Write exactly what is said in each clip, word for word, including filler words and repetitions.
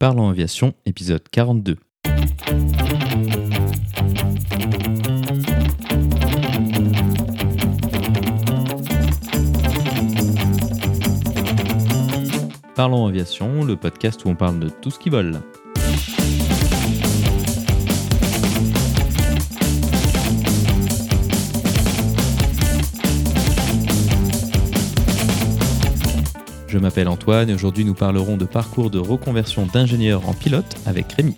Parlons Aviation, épisode quarante-deux. Parlons Aviation, le podcast où on parle de tout ce qui vole. Je m'appelle Antoine et aujourd'hui nous parlerons de parcours de reconversion d'ingénieur en pilote avec Rémi.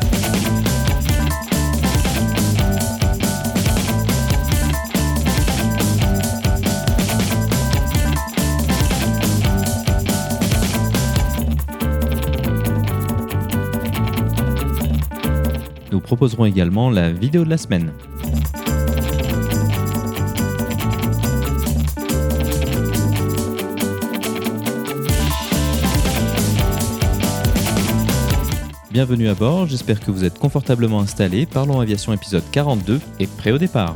Nous proposerons également la vidéo de la semaine. Bienvenue à bord, j'espère que vous êtes confortablement installés. Parlons Aviation épisode quarante-deux et prêt au départ.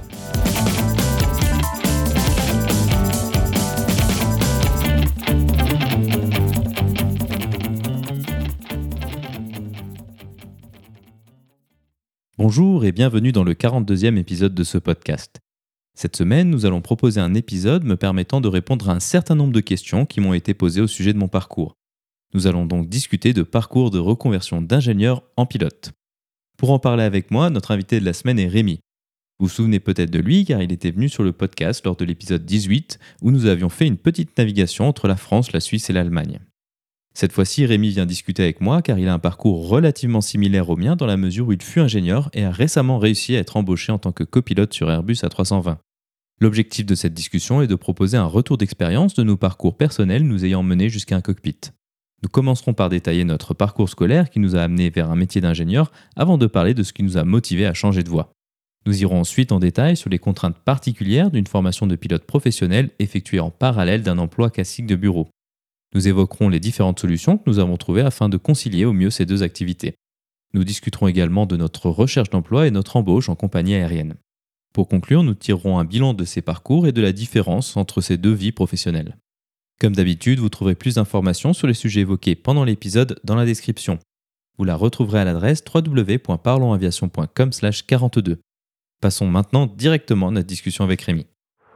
Bonjour et bienvenue dans le quarante-deuxième épisode de ce podcast. Cette semaine, nous allons proposer un épisode me permettant de répondre à un certain nombre de questions qui m'ont été posées au sujet de mon parcours. Nous allons donc discuter de parcours de reconversion d'ingénieur en pilote. Pour en parler avec moi, notre invité de la semaine est Rémi. Vous vous souvenez peut-être de lui car il était venu sur le podcast lors de l'épisode dix-huit où nous avions fait une petite navigation entre la France, la Suisse et l'Allemagne. Cette fois-ci, Rémi vient discuter avec moi car il a un parcours relativement similaire au mien dans la mesure où il fut ingénieur et a récemment réussi à être embauché en tant que copilote sur Airbus A trois cent vingt. L'objectif de cette discussion est de proposer un retour d'expérience de nos parcours personnels nous ayant menés jusqu'à un cockpit. Nous commencerons par détailler notre parcours scolaire qui nous a amenés vers un métier d'ingénieur avant de parler de ce qui nous a motivés à changer de voie. Nous irons ensuite en détail sur les contraintes particulières d'une formation de pilote professionnel effectuée en parallèle d'un emploi classique de bureau. Nous évoquerons les différentes solutions que nous avons trouvées afin de concilier au mieux ces deux activités. Nous discuterons également de notre recherche d'emploi et notre embauche en compagnie aérienne. Pour conclure, nous tirerons un bilan de ces parcours et de la différence entre ces deux vies professionnelles. Comme d'habitude, vous trouverez plus d'informations sur les sujets évoqués pendant l'épisode dans la description. Vous la retrouverez à l'adresse w w w point parlons aviation point com slash quarante-deux. Passons maintenant directement à notre discussion avec Rémi.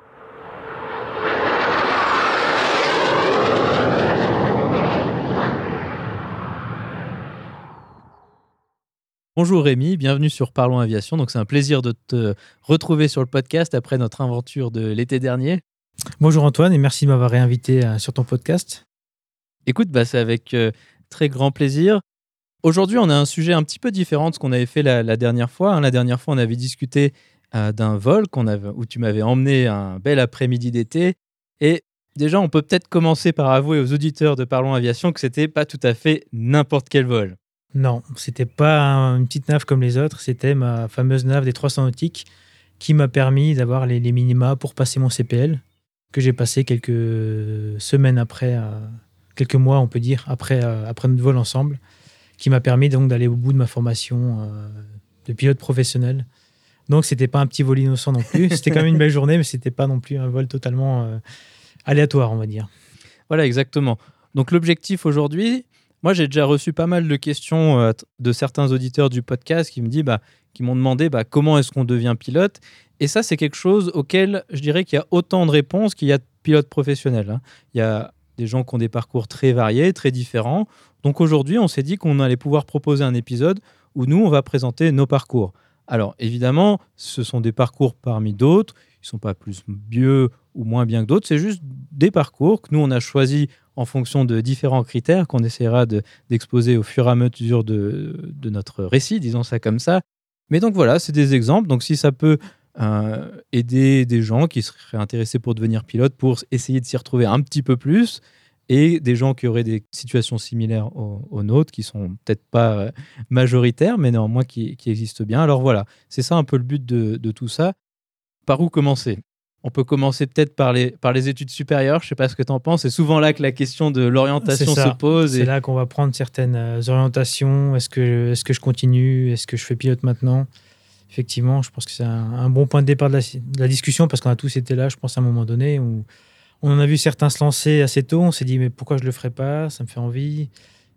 Bonjour Rémi, bienvenue sur Parlons Aviation. Donc c'est un plaisir de te retrouver sur le podcast après notre aventure de l'été dernier. Bonjour Antoine et merci de m'avoir réinvité euh, sur ton podcast. Écoute, bah, c'est avec euh, très grand plaisir. Aujourd'hui, on a un sujet un petit peu différent de ce qu'on avait fait la, la dernière fois. Hein. La dernière fois, on avait discuté euh, d'un vol qu'on avait, où tu m'avais emmené un bel après-midi d'été. Et déjà, on peut peut-être commencer par avouer aux auditeurs de Parlons Aviation que c'était pas tout à fait n'importe quel vol. Non, c'était pas un- une petite nave comme les autres, c'était ma fameuse nave des trois cents nautiques qui m'a permis d'avoir les, les minima pour passer mon C P L, que j'ai passé quelques semaines après, euh, quelques mois on peut dire, après, euh, après notre vol ensemble, qui m'a permis donc d'aller au bout de ma formation euh, de pilote professionnel. Donc c'était pas un petit vol innocent non plus, c'était quand même une belle journée, mais c'était pas non plus un vol totalement euh, aléatoire on va dire. Voilà, exactement. Donc l'objectif aujourd'hui, moi j'ai déjà reçu pas mal de questions euh, t- de certains auditeurs du podcast qui me disent, bah, qui m'ont demandé bah, comment est-ce qu'on devient pilote. Et ça, c'est quelque chose auquel je dirais qu'il y a autant de réponses qu'il y a de pilotes professionnels. Hein. Il y a des gens qui ont des parcours très variés, très différents. Donc aujourd'hui, on s'est dit qu'on allait pouvoir proposer un épisode où nous, on va présenter nos parcours. Alors évidemment, ce sont des parcours parmi d'autres. Ils ne sont pas plus mieux ou moins bien que d'autres. C'est juste des parcours que nous, on a choisis en fonction de différents critères qu'on essaiera de, d'exposer au fur et à mesure de, de notre récit, disons ça comme ça. Mais donc voilà, c'est des exemples. Donc si ça peut euh, aider des gens qui seraient intéressés pour devenir pilote, pour essayer de s'y retrouver un petit peu plus, et des gens qui auraient des situations similaires aux, aux nôtres, qui sont peut-être pas euh, majoritaires, mais néanmoins qui, qui existent bien. Alors voilà, c'est ça un peu le but de, de tout ça. Par où commencer ? On peut commencer peut-être par les, par les études supérieures, je ne sais pas ce que tu en penses. C'est souvent là que la question de l'orientation C'est ça. se pose. C'est et- là qu'on va prendre certaines euh, orientations. Est-ce que, est-ce que je continue ? Est-ce que je fais pilote maintenant ? Effectivement, je pense que c'est un, un bon point de départ de la, de la discussion parce qu'on a tous été là, je pense, à un moment donné où on en a vu certains se lancer assez tôt. On s'est dit, mais pourquoi je ne le ferais pas ? Ça me fait envie.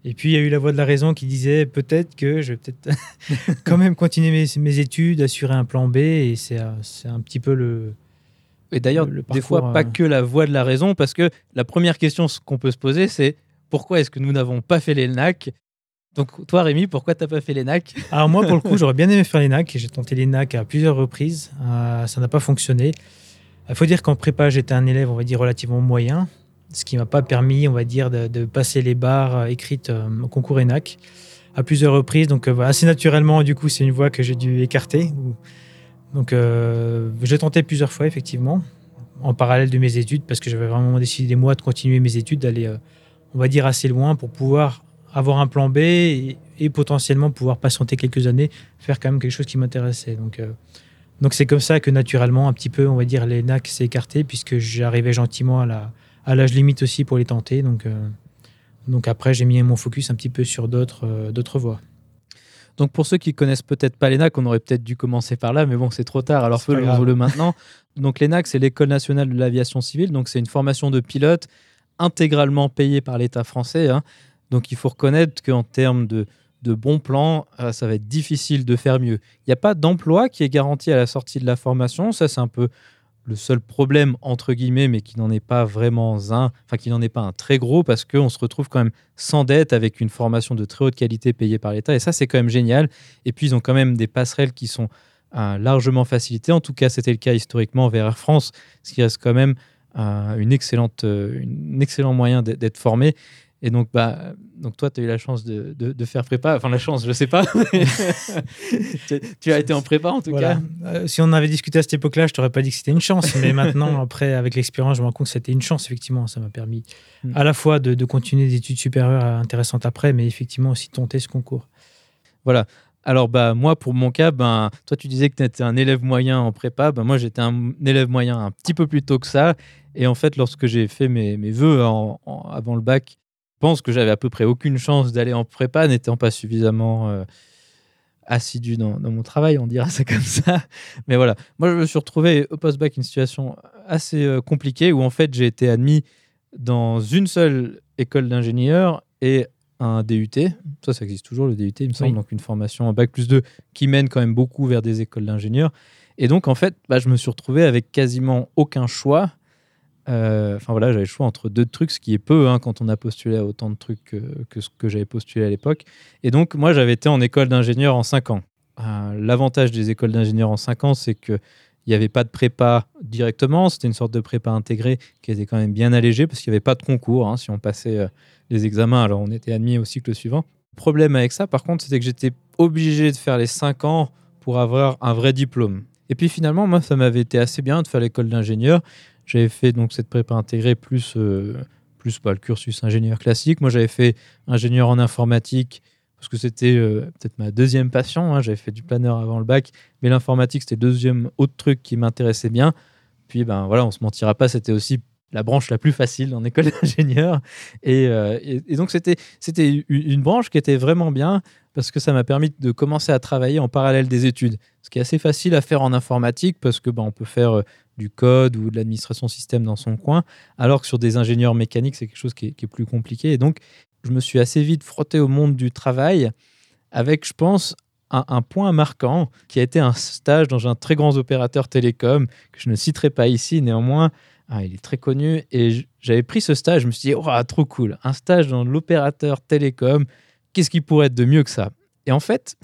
Et puis, il y a eu la voix de la raison qui disait peut-être que je vais peut-être quand même continuer mes, mes études, assurer un plan B. Et c'est, euh, c'est un petit peu le. Et d'ailleurs, le, le des parcours, fois, pas euh, que la voix de la raison, parce que la première question qu'on peut se poser, c'est pourquoi est-ce que nous n'avons pas fait l'E N A C? Donc, toi, Rémi, pourquoi tu n'as pas fait l'E N A C? Alors, moi, pour le coup, j'aurais bien aimé faire l'E N A C. J'ai tenté l'E N A C à plusieurs reprises. Euh, ça n'a pas fonctionné. Il faut dire qu'en prépa, j'étais un élève, on va dire, relativement moyen, ce qui ne m'a pas permis, on va dire, de, de passer les barres euh, écrites euh, au concours E N A C à plusieurs reprises. Donc, euh, voilà, assez naturellement, du coup, c'est une voie que j'ai dû écarter. Donc, euh, j'ai tenté plusieurs fois, effectivement, en parallèle de mes études, parce que j'avais vraiment décidé, moi, de continuer mes études, d'aller, euh, on va dire, assez loin pour pouvoir avoir un plan B et, et potentiellement pouvoir patienter quelques années, faire quand même quelque chose qui m'intéressait. Donc, euh, donc c'est comme ça que naturellement, un petit peu, on va dire, l'E N A C s'est écarté, puisque j'arrivais gentiment à, la, à l'âge limite aussi pour les tenter. Donc, euh, donc après, j'ai mis mon focus un petit peu sur d'autres, euh, d'autres voies. Donc pour ceux qui connaissent peut-être pas l'E N A C, on aurait peut-être dû commencer par là, mais bon, c'est trop tard, alors C'est pas grave. faisons-le maintenant. Donc l'E N A C, c'est l'École nationale de l'aviation civile, donc c'est une formation de pilote intégralement payée par l'État français, hein. Donc il faut reconnaître qu'en termes de, de bons plans, euh, ça va être difficile de faire mieux. Il n'y a pas d'emploi qui est garanti à la sortie de la formation, ça c'est un peu le seul problème, entre guillemets, mais qui n'en est pas vraiment un, enfin qui n'en est pas un très gros, parce qu'on se retrouve quand même sans dette avec une formation de très haute qualité payée par l'État, et ça c'est quand même génial. Et puis ils ont quand même des passerelles qui sont euh, largement facilitées, en tout cas c'était le cas historiquement vers Air France, ce qui reste quand même euh, une excellente, euh, une excellent moyen d'être formé. Et donc, bah, donc toi, tu as eu la chance de, de, de faire prépa. Enfin, la chance, je sais pas. tu, tu as été en prépa, en tout Voilà. cas. Euh, si on avait discuté à cette époque-là, je t'aurais pas dit que c'était une chance. Mais maintenant, après, avec l'expérience, je me rends compte que c'était une chance, effectivement. Ça m'a permis Mm. à la fois de, de continuer des études supérieures intéressantes après, mais effectivement aussi de tenter ce concours. Voilà. Alors, bah, moi, pour mon cas, ben, toi, tu disais que tu étais un élève moyen en prépa. Ben, moi, j'étais un élève moyen un petit peu plus tôt que ça. Et en fait, lorsque j'ai fait mes, mes vœux en, en- avant le bac, je pense que j'avais à peu près aucune chance d'aller en prépa, n'étant pas suffisamment euh, assidu dans, dans mon travail, on dira ça comme ça. Mais voilà, moi, je me suis retrouvé au post-bac une situation assez euh, compliquée où, en fait, j'ai été admis dans une seule école d'ingénieur et un D U T. Ça, ça existe toujours, le D U T, il me semble. Oui. Donc, une formation en bac plus deux qui mène quand même beaucoup vers des écoles d'ingénieurs. Et donc, en fait, bah, je me suis retrouvé avec quasiment aucun choix. Euh, Enfin, voilà, j'avais le choix entre deux trucs, ce qui est peu hein, quand on a postulé à autant de trucs que, que ce que j'avais postulé à l'époque. Et donc, moi, j'avais été en école d'ingénieur en cinq ans. Euh, L'avantage des écoles d'ingénieurs en cinq ans, c'est que il n'y avait pas de prépa directement, c'était une sorte de prépa intégrée qui était quand même bien allégée parce qu'il n'y avait pas de concours. Hein, si on passait euh, les examens, alors on était admis au cycle suivant. Le problème avec ça, par contre, c'était que j'étais obligé de faire les cinq ans pour avoir un vrai diplôme. Et puis finalement, moi, ça m'avait été assez bien de faire l'école d'ingénieur. J'avais fait donc cette prépa intégrée plus, euh, plus bah, le cursus ingénieur classique. Moi, j'avais fait ingénieur en informatique parce que c'était euh, peut-être ma deuxième passion. Hein. J'avais fait du planeur avant le bac, mais l'informatique, c'était le deuxième autre truc qui m'intéressait bien. Puis, ben voilà, on se mentira pas, c'était aussi la branche la plus facile en école d'ingénieur. Et, euh, et, et donc, c'était, c'était une branche qui était vraiment bien parce que ça m'a permis de commencer à travailler en parallèle des études. Ce qui est assez facile à faire en informatique parce que ben, on peut faire euh, du code ou de l'administration système dans son coin, alors que sur des ingénieurs mécaniques, c'est quelque chose qui est, qui est plus compliqué. Et donc, je me suis assez vite frotté au monde du travail avec, je pense, un, un point marquant qui a été un stage dans un très grand opérateur télécom que je ne citerai pas ici, néanmoins, ah, il est très connu. Et j'avais pris ce stage, je me suis dit, oh, trop cool, un stage dans l'opérateur télécom, qu'est-ce qui pourrait être de mieux que ça? Et en fait,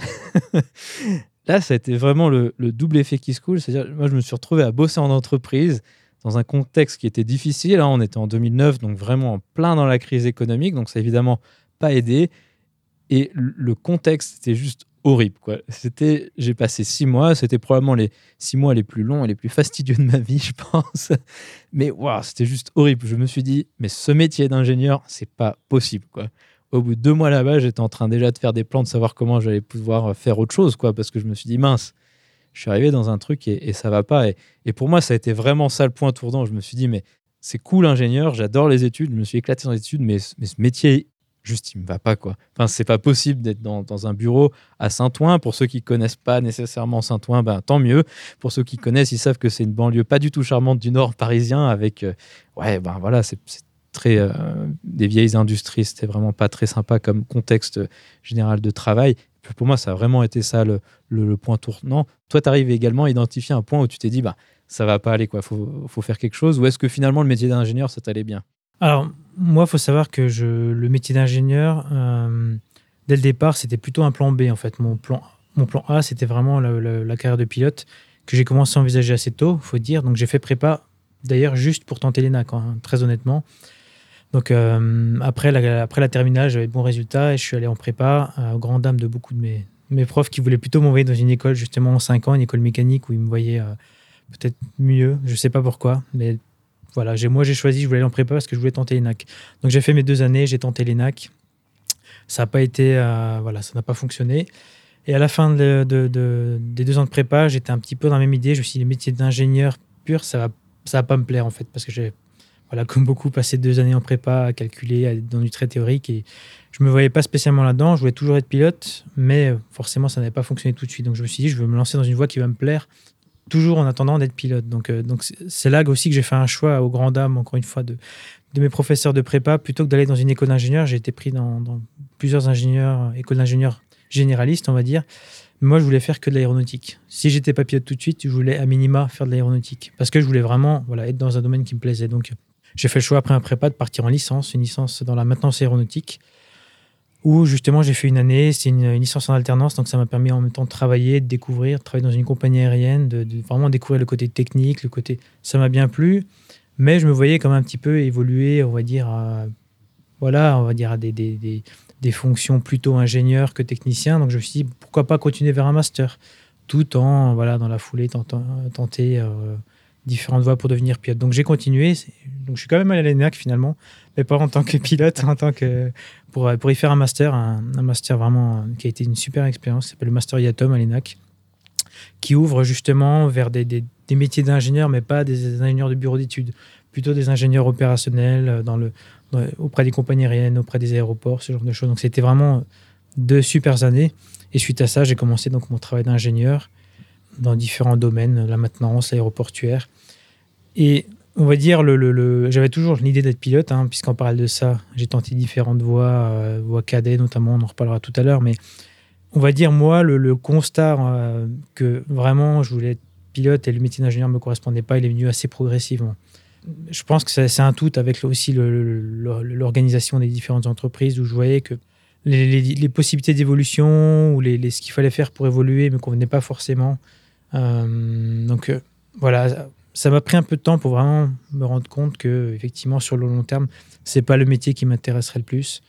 là, ça a été vraiment le, le double effet qui se coule. C'est-à-dire, moi, je me suis retrouvé à bosser en entreprise dans un contexte qui était difficile. Là, on était en deux mille neuf, donc vraiment en plein dans la crise économique. Donc, ça n'a évidemment pas aidé. Et le contexte, c'était juste horrible, quoi. C'était, j'ai passé six mois. C'était probablement les six mois les plus longs et les plus fastidieux de ma vie, je pense. Mais waouh, c'était juste horrible. Je me suis dit, mais ce métier d'ingénieur, c'est pas possible, quoi. Au bout de deux mois là-bas, j'étais en train déjà de faire des plans, de savoir comment j'allais pouvoir faire autre chose, quoi, parce que je me suis dit, mince, je suis arrivé dans un truc et, et ça va pas. Et, et pour moi, ça a été vraiment ça le point tournant. Je me suis dit, mais c'est cool l'ingénieur, j'adore les études, je me suis éclaté dans les études, mais, mais ce métier, juste, il me va pas, quoi. Enfin, c'est pas possible d'être dans, dans un bureau à Saint-Ouen. Pour ceux qui connaissent pas nécessairement Saint-Ouen, ben, tant mieux. Pour ceux qui connaissent, ils savent que c'est une banlieue pas du tout charmante du nord parisien avec, euh, ouais, ben voilà, c'est, c'est très euh, des vieilles industries. C'était vraiment pas très sympa comme contexte général de travail. Puis pour moi, ça a vraiment été ça le, le, le point tournant. Toi, tu arrives également à identifier un point où tu t'es dit, bah, ça va pas aller, quoi. Faut, faut faire quelque chose. Ou est-ce que finalement, le métier d'ingénieur, ça t'allait bien? Alors, moi, il faut savoir que je, le métier d'ingénieur, euh, dès le départ, c'était plutôt un plan B, en fait. Mon plan, mon plan A, c'était vraiment la, la, la carrière de pilote que j'ai commencé à envisager assez tôt, il faut dire. Donc, j'ai fait prépa, d'ailleurs, juste pour tenter l'E N A C, hein, très honnêtement. Donc, euh, après, la, après la terminale, j'avais de bons résultats et je suis allé en prépa, euh, aux grandes dames de beaucoup de mes, mes profs qui voulaient plutôt m'envoyer dans une école, justement, en cinq ans, une école mécanique où ils me voyaient euh, peut-être mieux. Je ne sais pas pourquoi, mais voilà, j'ai, moi, j'ai choisi, je voulais aller en prépa parce que je voulais tenter l'E N A C. Donc, j'ai fait mes deux années, j'ai tenté l'E N A C. Ça n'a pas été, euh, voilà, ça n'a pas fonctionné. Et à la fin de, de, de, des deux ans de prépa, j'étais un petit peu dans la même idée. Je me suis dit, les métiers d'ingénieur pur, ça ne va, ça va pas me plaire, en fait, parce que j'ai, voilà, comme beaucoup, passé deux années en prépa à calculer, à être dans du très théorique. Et je ne me voyais pas spécialement là-dedans. Je voulais toujours être pilote, mais forcément, ça n'avait pas fonctionné tout de suite. Donc, je me suis dit, je veux me lancer dans une voie qui va me plaire, toujours en attendant d'être pilote. Donc, euh, donc c'est là aussi que j'ai fait un choix aux grandes dames, encore une fois, de, de mes professeurs de prépa. Plutôt que d'aller dans une école d'ingénieur, j'ai été pris dans, dans plusieurs ingénieurs, écoles d'ingénieurs généralistes, on va dire. Moi, je voulais faire que de l'aéronautique. Si j'étais pas pilote tout de suite, je voulais à minima faire de l'aéronautique. Parce que je voulais vraiment voilà, être dans un domaine qui me plaisait. Donc, j'ai fait le choix après un prépa de partir en licence, une licence dans la maintenance aéronautique, où justement j'ai fait une année, c'est une, une licence en alternance, donc ça m'a permis en même temps de travailler, de découvrir, de travailler dans une compagnie aérienne, de, de vraiment découvrir le côté technique, le côté, ça m'a bien plu, mais je me voyais quand même un petit peu évoluer, on va dire, à, voilà, on va dire à des, des, des, des fonctions plutôt ingénieur que technicien, donc je me suis dit pourquoi pas continuer vers un master, tout en, voilà, dans la foulée, tentant, tenter euh, différentes voies pour devenir pilote. Donc j'ai continué, donc je suis quand même allé à l'E N A C finalement, mais pas en tant que pilote, en tant que pour, pour y faire un master, un, un master vraiment qui a été une super expérience, qui s'appelle le Master I A T O M à l'E N A C, qui ouvre justement vers des, des, des métiers d'ingénieur, mais pas des ingénieurs de bureau d'études, plutôt des ingénieurs opérationnels dans le, dans, auprès des compagnies aériennes, auprès des aéroports, ce genre de choses. Donc c'était vraiment deux super années. Et suite à ça, j'ai commencé donc mon travail d'ingénieur dans différents domaines, la maintenance, l'aéroportuaire. Et on va dire, le, le, le... j'avais toujours l'idée d'être pilote, hein, puisqu'en parallèle de ça, j'ai tenté différentes voies, euh, voies cadet notamment, on en reparlera tout à l'heure, mais on va dire, moi, le, le constat euh, que vraiment je voulais être pilote et le métier d'ingénieur ne me correspondait pas, il est venu assez progressivement. Je pense que c'est, c'est un tout avec aussi le, le, le, l'organisation des différentes entreprises où je voyais que les, les, les possibilités d'évolution ou les, les, ce qu'il fallait faire pour évoluer ne me convenaient pas forcément. Euh, donc euh, voilà, ça m'a pris un peu de temps pour vraiment me rendre compte que effectivement sur le long terme, c'est pas le métier qui m'intéresserait le plus,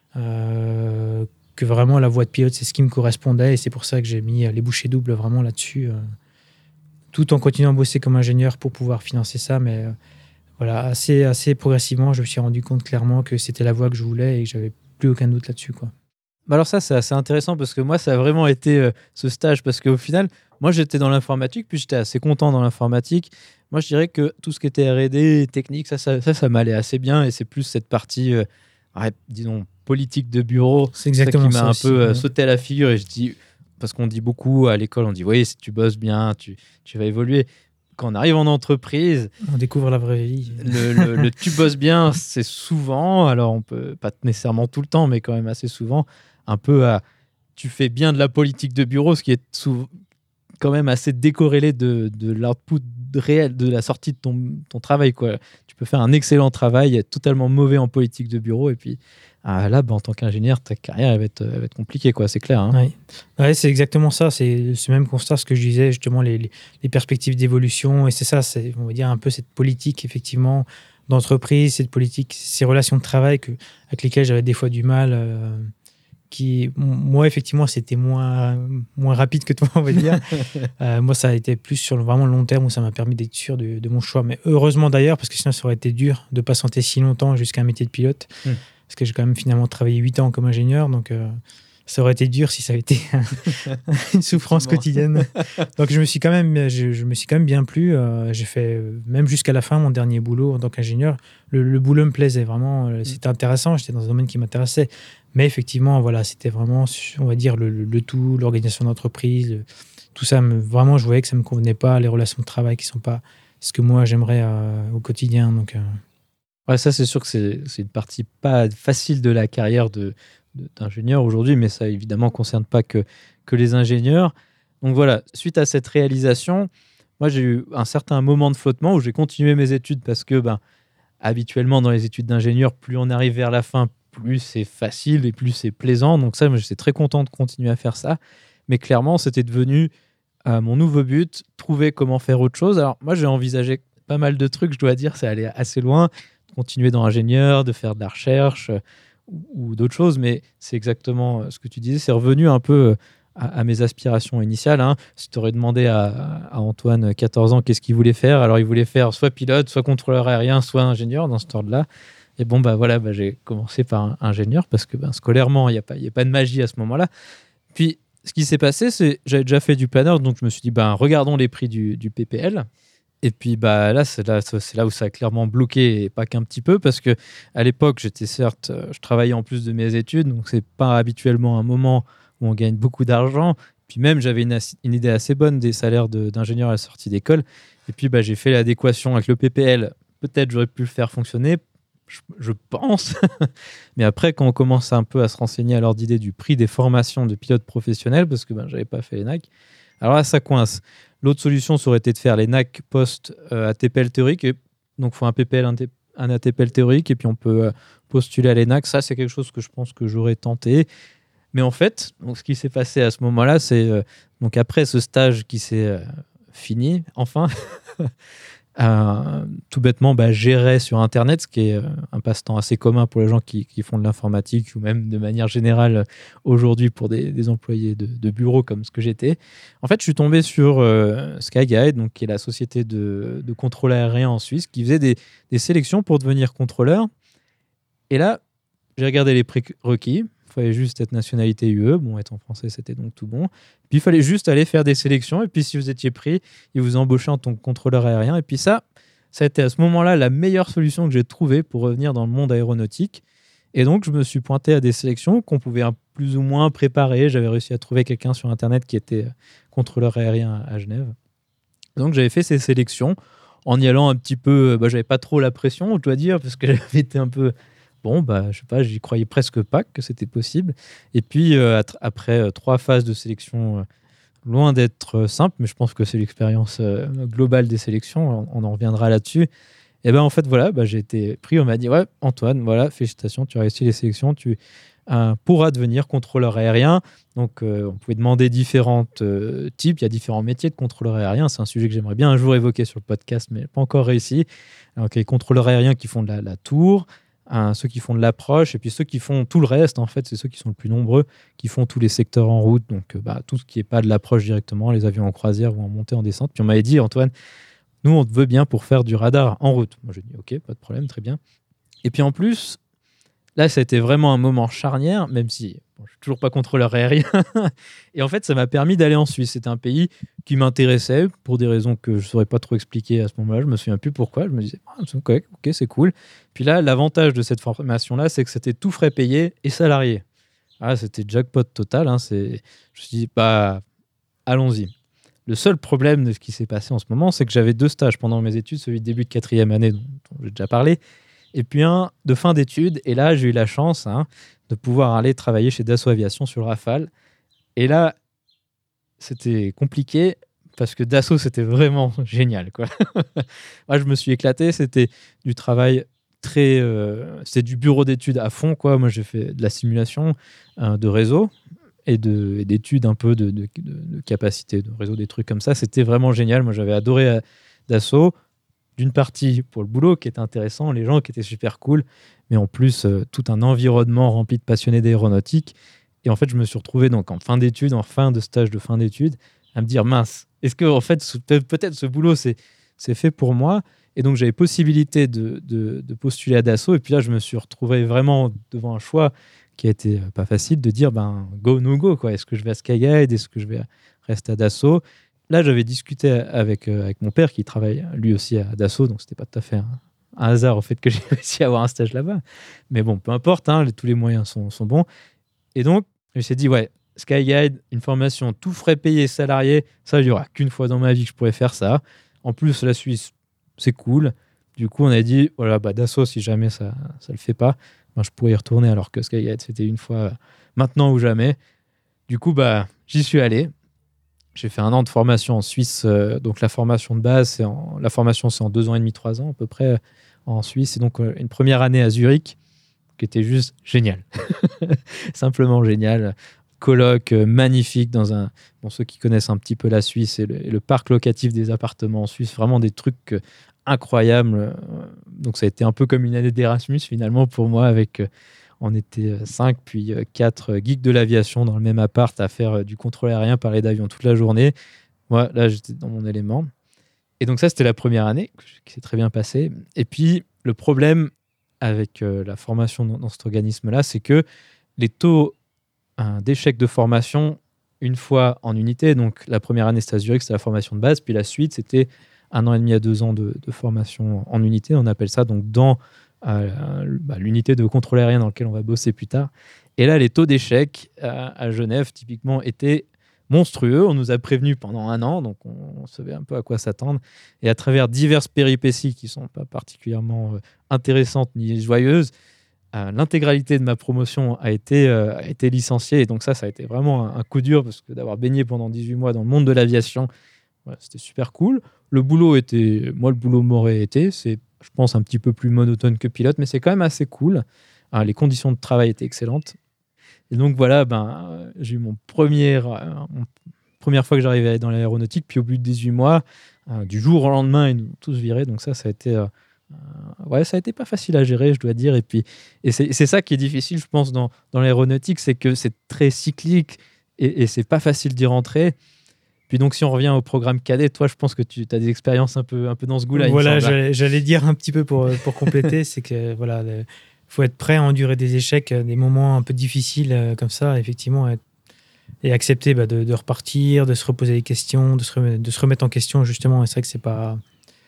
euh, que vraiment la voie de pilote c'est ce qui me correspondait et c'est pour ça que j'ai mis les bouchées doubles vraiment là-dessus, euh, tout en continuant à bosser comme ingénieur pour pouvoir financer ça, mais euh, voilà, assez, assez progressivement, je me suis rendu compte clairement que c'était la voie que je voulais et que j'avais plus aucun doute là-dessus, quoi. Alors ça, c'est assez intéressant parce que moi, ça a vraiment été euh, ce stage parce qu'au final, moi, j'étais dans l'informatique, puis j'étais assez content dans l'informatique. Moi, je dirais que tout ce qui était R et D, technique, ça, ça, ça, ça m'allait assez bien et c'est plus cette partie, euh, ouais, disons, politique de bureau, c'est exactement ça qui m'a ça un aussi, peu euh, ouais. sauté à la figure et je dis, parce qu'on dit beaucoup à l'école, on dit, oui, si tu bosses bien, tu, tu vas évoluer. Quand on arrive en entreprise, on découvre la vraie vie. Le, le, le tu bosses bien, c'est souvent, alors on peut pas nécessairement tout le temps, mais quand même assez souvent, un peu à tu fais bien de la politique de bureau, ce qui est souvent, quand même assez décorrélé de, de l'output réel, de la sortie de ton, ton travail, quoi. Tu peux faire un excellent travail, être totalement mauvais en politique de bureau, et puis ah, là, bah, en tant qu'ingénieur, ta carrière elle va, être, elle va être compliquée, quoi, c'est clair. Hein. Oui. Ouais, c'est exactement ça. C'est ce même constat, ce que je disais, justement, les, les, les perspectives d'évolution. Et c'est ça, c'est, on va dire, un peu cette politique, effectivement, d'entreprise, cette politique, ces relations de travail que, avec lesquelles j'avais des fois du mal. Euh, qui, moi, effectivement, c'était moins, moins rapide que toi, on va dire. euh, moi, ça a été plus sur le, vraiment le long terme où ça m'a permis d'être sûr de, de mon choix. Mais heureusement d'ailleurs, parce que sinon, ça aurait été dur de patienter si longtemps jusqu'à un métier de pilote. Mmh. Parce que j'ai quand même finalement travaillé huit ans comme ingénieur, donc euh, ça aurait été dur si ça avait été une souffrance quotidienne. Donc je me suis quand même, je, je me suis quand même bien plu. Euh, j'ai fait même jusqu'à la fin mon dernier boulot en tant qu'ingénieur. Le, le boulot me plaisait vraiment, c'était intéressant. J'étais dans un domaine qui m'intéressait, mais effectivement, voilà, c'était vraiment, on va dire le, le, le tout, l'organisation d'entreprise, le, tout ça. Me, vraiment, je voyais que ça me convenait pas. Les relations de travail qui sont pas ce que moi j'aimerais euh, au quotidien. Donc euh, Ouais, ça, c'est sûr que c'est, c'est une partie pas facile de la carrière de, de- d'ingénieur aujourd'hui, mais ça, évidemment, ne concerne pas que, que les ingénieurs. Donc voilà, suite à cette réalisation, moi, j'ai eu un certain moment de flottement où j'ai continué mes études parce que, ben, habituellement, dans les études d'ingénieur, plus on arrive vers la fin, plus c'est facile et plus c'est plaisant. Donc ça, moi, j'étais très content de continuer à faire ça. Mais clairement, c'était devenu euh, mon nouveau but, trouver comment faire autre chose. Alors moi, j'ai envisagé pas mal de trucs, je dois dire, c'est aller assez loin, de continuer dans ingénieur, de faire de la recherche euh, ou, ou d'autres choses. Mais c'est exactement euh, ce que tu disais, c'est revenu un peu euh, à, à mes aspirations initiales. Hein. Si tu aurais demandé à, à Antoine, quatorze ans, qu'est-ce qu'il voulait faire, alors il voulait faire soit pilote, soit contrôleur aérien, soit ingénieur dans ce ordre-là. Et bon, bah voilà, bah, j'ai commencé par un ingénieur parce que ben, scolairement, il n'y a, pas- il y a pas de magie à ce moment-là. Puis, ce qui s'est passé, c'est que j'avais déjà fait du planeur, donc je me suis dit, ben, regardons les prix du, du P P L. Et puis bah, là, c'est là, c'est là où ça a clairement bloqué, et pas qu'un petit peu, parce que à l'époque, j'étais certes, euh, je travaillais en plus de mes études, donc c'est pas habituellement un moment où on gagne beaucoup d'argent. Puis même, j'avais une, as- une idée assez bonne des salaires de- d'ingénieur à la sortie d'école. Et puis bah, j'ai fait l'adéquation avec le P P L. Peut-être j'aurais pu le faire fonctionner, je, je pense. Mais après, quand on commence un peu à se renseigner à l'ordre d'idée du prix des formations de pilotes professionnels, parce que ben, j'avais pas fait les N A C, alors là, ça coince. L'autre solution, ça aurait été de faire les N A C post euh, A T P L théorique. Et donc, il faut un P P L, un, T- un A T P L théorique, et puis on peut euh, postuler à l'E N A C. Ça, c'est quelque chose que je pense que j'aurais tenté. Mais en fait, donc, ce qui s'est passé à ce moment-là, c'est euh, donc après ce stage qui s'est euh, fini, enfin, euh, tout bêtement, bah, gérer sur Internet, ce qui est euh, un passe-temps assez commun pour les gens qui, qui font de l'informatique ou même de manière générale euh, aujourd'hui pour des, des employés de, de bureau comme ce que j'étais. En fait, je suis tombé sur euh, Skyguide, donc, qui est la société de, de contrôle aérien en Suisse, qui faisait des, des sélections pour devenir contrôleur. Et là, j'ai regardé les prérequis. Il fallait juste être nationalité U E. Bon, être en français, c'était donc tout bon. Puis il fallait juste aller faire des sélections. Et puis si vous étiez pris, ils vous embauchaient en tant que contrôleur aérien. Et puis ça, ça a été à ce moment-là la meilleure solution que j'ai trouvée pour revenir dans le monde aéronautique. Et donc, je me suis pointé à des sélections qu'on pouvait un- plus ou moins préparer. J'avais réussi à trouver quelqu'un sur Internet qui était euh, contrôleur aérien à Genève. Donc, j'avais fait ces sélections en y allant un petit peu. Bah, j'avais pas trop la pression, je dois dire, parce que j'avais été un peu. Bon, bah, je sais pas, j'y croyais presque pas que c'était possible. Et puis, euh, at- après euh, trois phases de sélection, euh, loin d'être euh, simple, mais je pense que c'est l'expérience euh, globale des sélections, on, on en reviendra là-dessus. Et ben en fait, voilà, bah, j'ai été pris, on m'a dit, ouais, Antoine, voilà, félicitations, tu as réussi les sélections, tu euh, pourras devenir contrôleur aérien. Donc, euh, on pouvait demander différents euh, types, il y a différents métiers de contrôleur aérien. C'est un sujet que j'aimerais bien un jour évoquer sur le podcast, mais pas encore réussi. Donc, les contrôleurs aériens qui font de la, la tour, hein, ceux qui font de l'approche, et puis ceux qui font tout le reste, en fait, c'est ceux qui sont le plus nombreux, qui font tous les secteurs en route, donc euh, bah, tout ce qui n'est pas de l'approche directement, les avions en croisière ou en montée, en descente. Puis on m'avait dit, Antoine, nous, on te veut bien pour faire du radar en route. Moi, j'ai dit, ok, pas de problème, très bien. Et puis en plus, là, ça a été vraiment un moment charnière, même si bon, je suis toujours pas contrôleur aérien. Et en fait, ça m'a permis d'aller en Suisse. C'était un pays qui m'intéressait pour des raisons que je ne saurais pas trop expliquer à ce moment-là. Je me souviens plus pourquoi. Je me disais, ah, ok, ok, c'est cool. Puis là, l'avantage de cette formation-là, c'est que c'était tout frais payé et salarié. Ah, c'était jackpot total. Hein, c'est... Je me suis dit, bah, allons-y. Le seul problème de ce qui s'est passé en ce moment, c'est que j'avais deux stages pendant mes études, celui de début de quatrième année dont, dont j'ai déjà parlé, et puis un de fin d'études. Et là, j'ai eu la chance hein, de pouvoir aller travailler chez Dassault Aviation sur le Rafale. Et là, c'était compliqué parce que Dassault, c'était vraiment génial, quoi. Moi, je me suis éclaté. C'était du travail très... Euh, c'était du bureau d'études à fond, quoi. Moi, j'ai fait de la simulation euh, de réseau et, de, et d'études un peu de, de, de, de capacité de réseau, des trucs comme ça. C'était vraiment génial. Moi, j'avais adoré euh, Dassault. D'une partie pour le boulot qui était intéressant, les gens qui étaient super cool, mais en plus euh, tout un environnement rempli de passionnés d'aéronautique. Et en fait, je me suis retrouvé donc en fin d'études, en fin de stage de fin d'études, à me dire mince, est-ce que en fait ce- peut-être ce boulot c'est c'est fait pour moi. Et donc j'avais possibilité de, de, de postuler à Dassault. Et puis là, je me suis retrouvé vraiment devant un choix qui a été euh, pas facile de dire ben go no go quoi. Est-ce que je vais à Skyguide, est-ce que je vais rester à Dassault? Là, j'avais discuté avec, euh, avec mon père qui travaille lui aussi à Dassault, donc c'était pas tout à fait un, un hasard au fait que j'ai réussi à avoir un stage là-bas. Mais bon, peu importe, hein, les- tous les moyens sont, sont bons. Et donc, je me suis dit, ouais, Skyguide, une formation tout frais payé, salarié, ça, il n'y aura qu'une fois dans ma vie que je pourrais faire ça. En plus, la Suisse, c'est cool. du coup, on a dit, voilà, bah, Dassault, si jamais ça ne le fait pas, ben, je pourrais y retourner, alors que Skyguide, c'était une fois euh, maintenant ou jamais. Du coup, bah, j'y suis allé. J'ai fait un an de formation en Suisse. Euh, donc, la formation de base, c'est en, la formation, c'est en deux ans et demi, trois ans à peu près euh, en Suisse. Et donc, euh, une première année à Zurich, qui était juste génial. Simplement génial. Colloque euh, magnifique dans un... Bon, ceux qui connaissent un petit peu la Suisse et le, et le parc locatif des appartements en Suisse, vraiment des trucs euh, incroyables. Donc, ça a été un peu comme une année d'Erasmus, finalement, pour moi, avec... Euh, on était cinq, puis quatre geeks de l'aviation dans le même appart à faire du contrôle aérien, parler d'avion toute la journée. Moi, là, j'étais dans mon élément. Et donc ça, c'était la première année qui s'est très bien passée. Et puis, le problème avec euh, la formation dans, dans cet organisme-là, c'est que les taux hein, d'échec de formation, une fois en unité, donc la première année, c'était à Zurich, c'était la formation de base, puis la suite, c'était un an et demi à deux ans de, de formation en unité. On appelle ça donc dans à bah, l'unité de contrôle aérien dans laquelle on va bosser plus tard. Et là, les taux d'échec à, à Genève, typiquement, étaient monstrueux. On nous a prévenus pendant un an, donc on, on savait un peu à quoi s'attendre. Et à travers diverses péripéties qui ne sont pas particulièrement euh, intéressantes ni joyeuses, euh, l'intégralité de ma promotion a été, euh, a été licenciée. Et donc ça, ça a été vraiment un, un coup dur, parce que d'avoir baigné pendant dix-huit mois dans le monde de l'aviation, voilà, c'était super cool. Le boulot était... Moi, le boulot m'aurait été... C'est je pense, un petit peu plus monotone que pilote, mais c'est quand même assez cool. Alors, les conditions de travail étaient excellentes. Et donc, voilà, ben, euh, j'ai eu mon premier, euh, mon première fois que j'arrivais dans l'aéronautique, puis au bout de dix-huit mois, euh, du jour au lendemain, ils nous ont tous virés. Donc ça, ça a été... Euh, euh, ouais, ça a été pas facile à gérer, je dois dire. Et puis, et c'est, c'est ça qui est difficile, je pense, dans, dans l'aéronautique, c'est que c'est très cyclique et, et c'est pas facile d'y rentrer. Puis donc, si on revient au programme cadet, toi, je pense que tu as des expériences un peu, un peu dans ce goût-là. Voilà, j'allais, j'allais dire un petit peu pour, pour compléter, c'est que voilà, il faut être prêt à endurer des échecs, des moments un peu difficiles euh, comme ça, effectivement, et, et accepter bah, de, de repartir, de se reposer des questions, de se, remettre, de se remettre en question, justement. Et c'est vrai que c'est pas...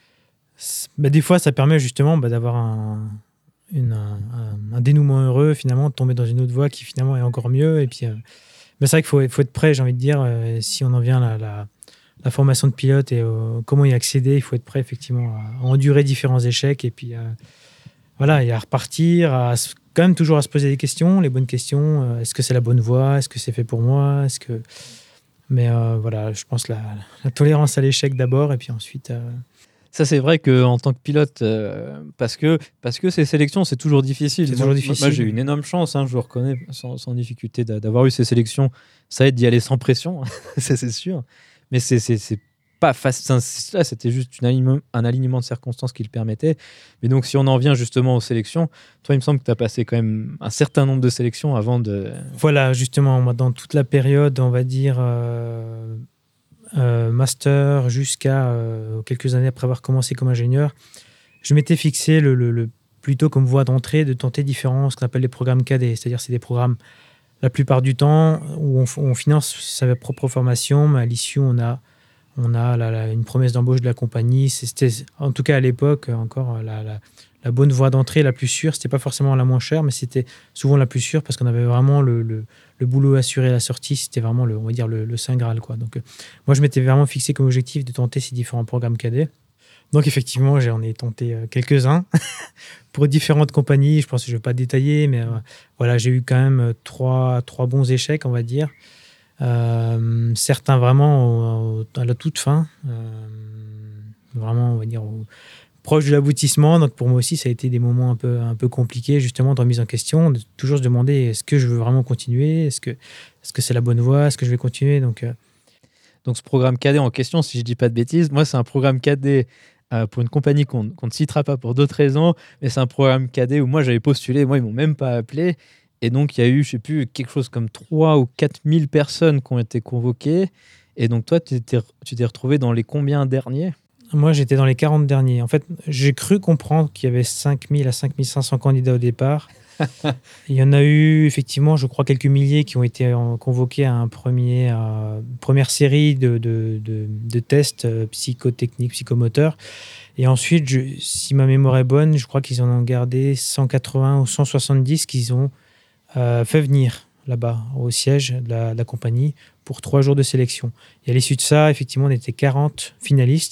C'est, bah, des fois, ça permet justement bah, d'avoir un, une, un, un dénouement heureux, finalement, de tomber dans une autre voie qui, finalement, est encore mieux. Et puis... Euh, Mais c'est vrai qu'il faut, faut être prêt, j'ai envie de dire, euh, si on en vient à la, la, la formation de pilote et euh, comment y accéder, il faut être prêt effectivement à endurer différents échecs et puis euh, voilà, et à repartir, à, quand même toujours à se poser des questions, les bonnes questions. Euh, est-ce que c'est la bonne voie? Est-ce que c'est fait pour moi? Est-ce que... Mais euh, voilà, je pense la, la tolérance à l'échec d'abord et puis ensuite... Euh... Ça, c'est vrai qu'en tant que pilote, euh, parce, que, parce que ces sélections, c'est toujours difficile. C'est moi, toujours difficile. Moi, j'ai eu une énorme chance, hein, je le reconnais sans, sans difficulté, d'avoir eu ces sélections. Ça aide d'y aller sans pression, ça, c'est sûr. Mais c'est, c'est, c'est pas facile. Là, c'était juste une alignement, un alignement de circonstances qui le permettait. Mais donc, si on en vient justement aux sélections, toi, il me semble que tu as passé quand même un certain nombre de sélections avant de... Voilà, justement, moi, dans toute la période, on va dire... Euh... Euh, master jusqu'à euh, quelques années après avoir commencé comme ingénieur, je m'étais fixé le, le, le, plutôt comme voie d'entrée de tenter différents, ce qu'on appelle les programmes cadets, c'est-à-dire c'est des programmes la plupart du temps où on, on finance sa propre formation, mais à l'issue on a, on a la, la, une promesse d'embauche de la compagnie. C'était en tout cas à l'époque encore la, la, la bonne voie d'entrée la plus sûre. C'était pas forcément la moins chère, mais c'était souvent la plus sûre parce qu'on avait vraiment le, le le boulot assuré à la sortie, c'était vraiment le, on va dire le, le Saint Graal, quoi. Donc, euh, moi, je m'étais vraiment fixé comme objectif de tenter ces différents programmes cadets. Donc, effectivement, j'en ai tenté euh, quelques-uns pour différentes compagnies. Je pense que je ne vais pas détailler, mais euh, voilà, j'ai eu quand même trois, trois bons échecs, on va dire. Euh, certains vraiment au, au, à la toute fin. Euh, vraiment, on va dire... Au, proche de l'aboutissement, donc pour moi aussi ça a été des moments un peu, un peu compliqués justement de remise en question, de toujours se demander est-ce que je veux vraiment continuer, est-ce que, est-ce que c'est la bonne voie, est-ce que je vais continuer, donc, euh... donc ce programme cadet en question, si je dis pas de bêtises, moi c'est un programme cadet euh, pour une compagnie qu'on, qu'on ne citera pas pour d'autres raisons, mais c'est un programme cadet où moi j'avais postulé, moi ils m'ont même pas appelé, et donc il y a eu je sais plus quelque chose comme trois ou quatre mille personnes qui ont été convoquées, et donc toi tu t'es, tu t'es retrouvé dans les combien derniers? Moi, j'étais dans les quarante derniers. En fait, j'ai cru comprendre qu'il y avait cinq mille à cinq mille cinq cents candidats au départ. Il y en a eu, effectivement, je crois, quelques milliers qui ont été convoqués à une premier, euh, première série de, de, de, de tests euh, psychotechniques, psychomoteurs. Et ensuite, je, si ma mémoire est bonne, je crois qu'ils en ont gardé cent quatre-vingts ou cent soixante-dix qu'ils ont euh, fait venir là-bas, au siège de la, de la compagnie, pour trois jours de sélection. Et à l'issue de ça, effectivement, on était quarante finalistes.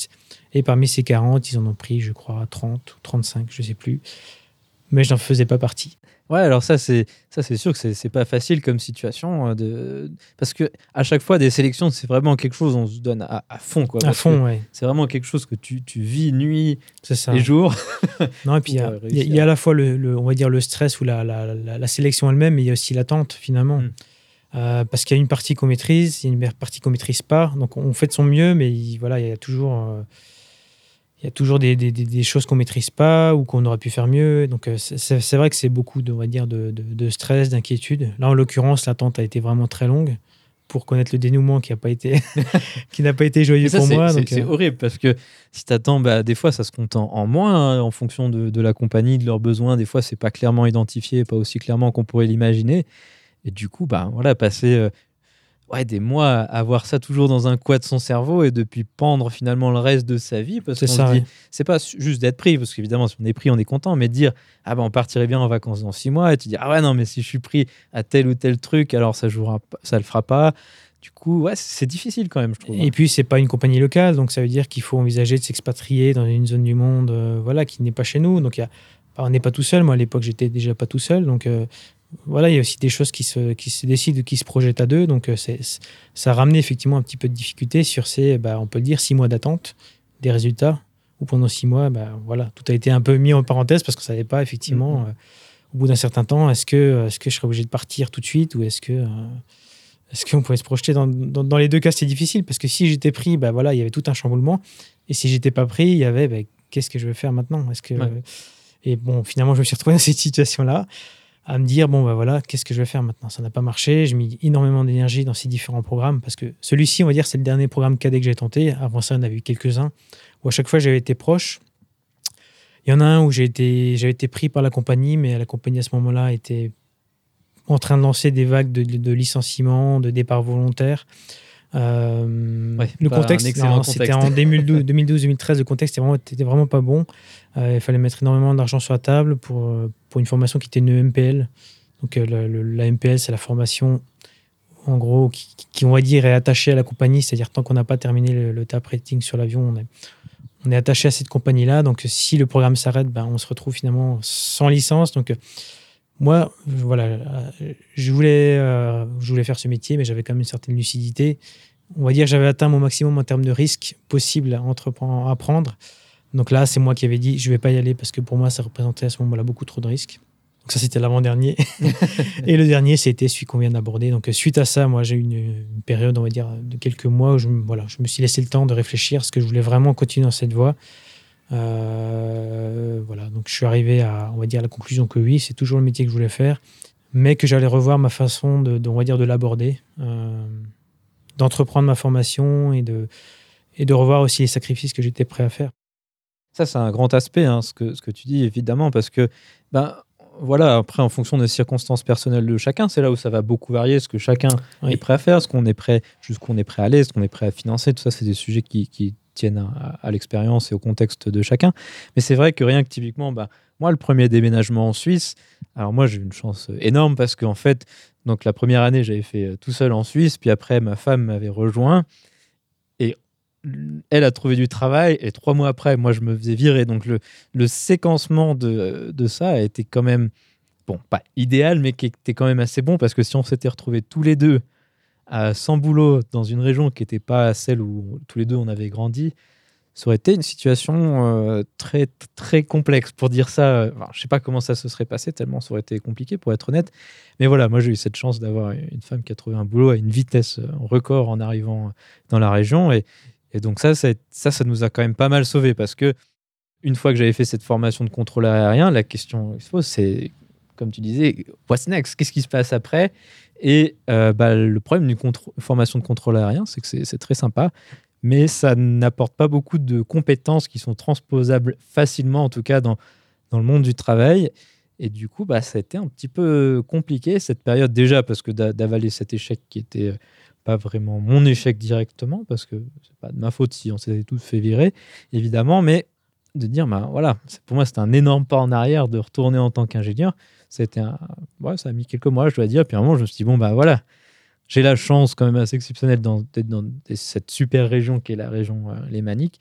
Et parmi ces quarante, ils en ont pris, je crois, trente ou trente-cinq, je ne sais plus. Mais je n'en faisais pas partie. Ouais, alors ça, c'est, ça, c'est sûr que c'est, c'est pas facile comme situation. euh, De... Parce que à chaque fois, des sélections, c'est vraiment quelque chose, on se donne à, à fond. Quoi, À parce fond, que ouais. C'est vraiment quelque chose que tu, tu vis nuit C'est ça. et jour. Non, et puis il y, pour, a- euh, il y a- il y a réussir. à la fois le, le- on va dire le stress ou la, la, la, la sélection elle-même, mais il y a aussi l'attente finalement. Mm. Euh, parce qu'il y a une partie qu'on maîtrise, il y a une partie qu'on maîtrise pas. Donc on fait de son mieux, mais il, voilà, il y a toujours, euh, il y a toujours des, des, des- des choses qu'on maîtrise pas ou qu'on aurait pu faire mieux. Donc euh, c'est, c'est c'est vrai que c'est beaucoup de, on va dire, de, de, de stress, d'inquiétude. Là, en l'occurrence, l'attente a été vraiment très longue pour connaître le dénouement qui a pas été, qui n'a pas été joyeux Mais ça, pour c'est, moi. c'est, donc, c'est euh, horrible parce que si t'attends, bah, des fois, ça se compte en, en moins hein, en fonction de, de la compagnie, de leurs besoins. Des fois, c'est pas clairement identifié, pas aussi clairement qu'on pourrait l'imaginer. Et du coup, bah, voilà, passer euh, ouais, des mois à avoir ça toujours dans un coin de son cerveau et depuis pendre finalement le reste de sa vie parce c'est qu'on ça. se dit, Ouais. c'est pas su- juste d'être pris, parce qu'évidemment, si on est pris, on est content, mais de dire, ah ben, on partirait bien en vacances dans six mois, et tu dis, ah ouais, non, mais si je suis pris à tel ou tel truc, alors ça jouera, pas- ça le fera pas. Du coup, ouais, c'est difficile quand même, je trouve. Et puis, c'est pas une compagnie locale, donc ça veut dire qu'il faut envisager de s'expatrier dans une zone du monde euh, voilà, qui n'est pas chez nous. Donc, il y a, on n'est pas tout seul. Moi, à l'époque, j'étais déjà pas tout seul. Donc, euh, voilà, il y a aussi des choses qui se, qui se décident, qui se projettent à deux. Donc, euh, c'est, c'est- ça a ramené effectivement un petit peu de difficulté sur ces, bah, on peut le dire, six mois d'attente des résultats. Ou pendant six mois, bah, voilà, tout a été un peu mis en parenthèse parce qu'on ne savait pas effectivement, Mhm. euh, au bout d'un certain temps, est-ce que, est-ce que je serais obligé de partir tout de suite ou est-ce que. euh, est-ce qu'on pouvait se projeter dans, dans, dans les deux cas, c'est difficile parce que si j'étais pris, bah voilà, il y avait tout un chamboulement. Et si j'étais pas pris, il y avait bah, qu'est-ce que je vais faire maintenant Est-ce que Ouais. Et bon, finalement, je me suis retrouvé dans cette situation-là, à me dire bon bah voilà, qu'est-ce que je vais faire maintenant Ça n'a pas marché. J'ai mis énormément d'énergie dans ces différents programmes parce que celui-ci, on va dire, c'est le dernier programme cadet que j'ai tenté. Avant ça, il y en avait eu quelques-uns où à chaque fois j'avais été proche. Il y en a un où j'ai été, j'avais été pris par la compagnie, mais la compagnie à ce moment-là était en train de lancer des vagues de, de, de licenciements, de départs volontaires. Euh, Ouais, le pas un contexte, excellent non, c'était contexte. en deux mille douze, deux mille douze deux mille treize, le contexte était vraiment, était vraiment pas bon. Euh, il fallait mettre énormément d'argent sur la table pour, euh, pour une formation qui était une M P L. Donc euh, le- le- la M P L, c'est la formation, en gros, qui, qui, on va dire, est attachée à la compagnie. C'est-à-dire tant qu'on n'a pas terminé le, le tap rating sur l'avion, on est, on est attaché à cette compagnie-là. Donc si le programme s'arrête, ben, on se retrouve finalement sans licence. Donc euh, moi, je- voilà, euh, je voulais, euh, je voulais faire ce métier, mais j'avais quand même une certaine lucidité. On va dire que j'avais atteint mon maximum en termes de risques possibles à, entreprendre, à prendre. Donc là, c'est moi qui avais dit, je ne vais pas y aller parce que pour moi, ça représentait à ce moment-là beaucoup trop de risques. Donc ça, c'était l'avant-dernier. Et le dernier, c'était celui qu'on vient d'aborder. Donc suite à ça, moi, j'ai eu une, une période, on va dire, de quelques mois où je, me- voilà, je me suis laissé le temps de réfléchir parce que je voulais vraiment continuer dans cette voie. Euh, voilà, donc je suis arrivé à, on va dire, à la conclusion que oui, c'est toujours le métier que je voulais faire, mais que j'allais revoir ma façon de, de, on va dire, de l'aborder, euh, d'entreprendre ma formation et de, et de revoir aussi les sacrifices que j'étais prêt à faire. Ça, c'est un grand aspect, hein, ce, que, ce que tu dis, évidemment, parce que, ben, voilà, après, en fonction des circonstances personnelles de chacun, c'est là où ça va beaucoup varier, ce que chacun Oui. est prêt à faire, ce qu'on est prêt, jusqu'où on est prêt à aller, ce qu'on est prêt à financer, tout ça, c'est des sujets qui, qui tiennent à, à l'expérience et au contexte de chacun. Mais c'est vrai que rien que typiquement, bah, moi, le premier déménagement en Suisse, alors moi, j'ai eu une chance énorme parce qu'en fait, donc la première année, j'avais fait tout seul en Suisse, puis après, ma femme m'avait rejoint et elle a trouvé du travail et trois mois après, moi, je me faisais virer. Donc, le, le séquencement de, de ça a été quand même, bon, pas idéal, mais qui était quand même assez bon parce que si on s'était retrouvés tous les deux à, sans boulot dans une région qui n'était pas celle où tous les deux on avait grandi, ça aurait été une situation euh, très, très complexe pour dire ça. Enfin, je ne sais pas comment ça se serait passé, tellement ça aurait été compliqué pour être honnête. Mais voilà, moi j'ai eu cette chance d'avoir une femme qui a trouvé un boulot à une vitesse record en arrivant dans la région. Et, et donc ça ça, ça, ça nous a quand même pas mal sauvés parce que une fois que j'avais fait cette formation de contrôleur aérien, la question qui se pose, c'est, comme tu disais, what's next? Qu'est-ce qui se passe après? Et euh, bah, le problème d'une contr- formation de contrôleur aérien, c'est que c'est, c'est très sympa, mais ça n'apporte pas beaucoup de compétences qui sont transposables facilement, en tout cas dans, dans le monde du travail. Et du coup, bah, ça a été un petit peu compliqué cette période déjà, parce que d'a- d'avaler cet échec qui était pas vraiment mon échec directement, parce que c'est pas de ma faute si on s'était tous fait virer, évidemment, mais de dire, bah, voilà, c'est- pour moi, c'était un énorme pas en arrière de retourner en tant qu'ingénieur. Ça a, été un... ouais, ça a mis quelques mois, je dois dire. Puis à un moment, je me suis dit, bon, bah voilà, j'ai la chance quand même assez exceptionnelle dans- d'être dans cette super région qui est la région euh, lémanique.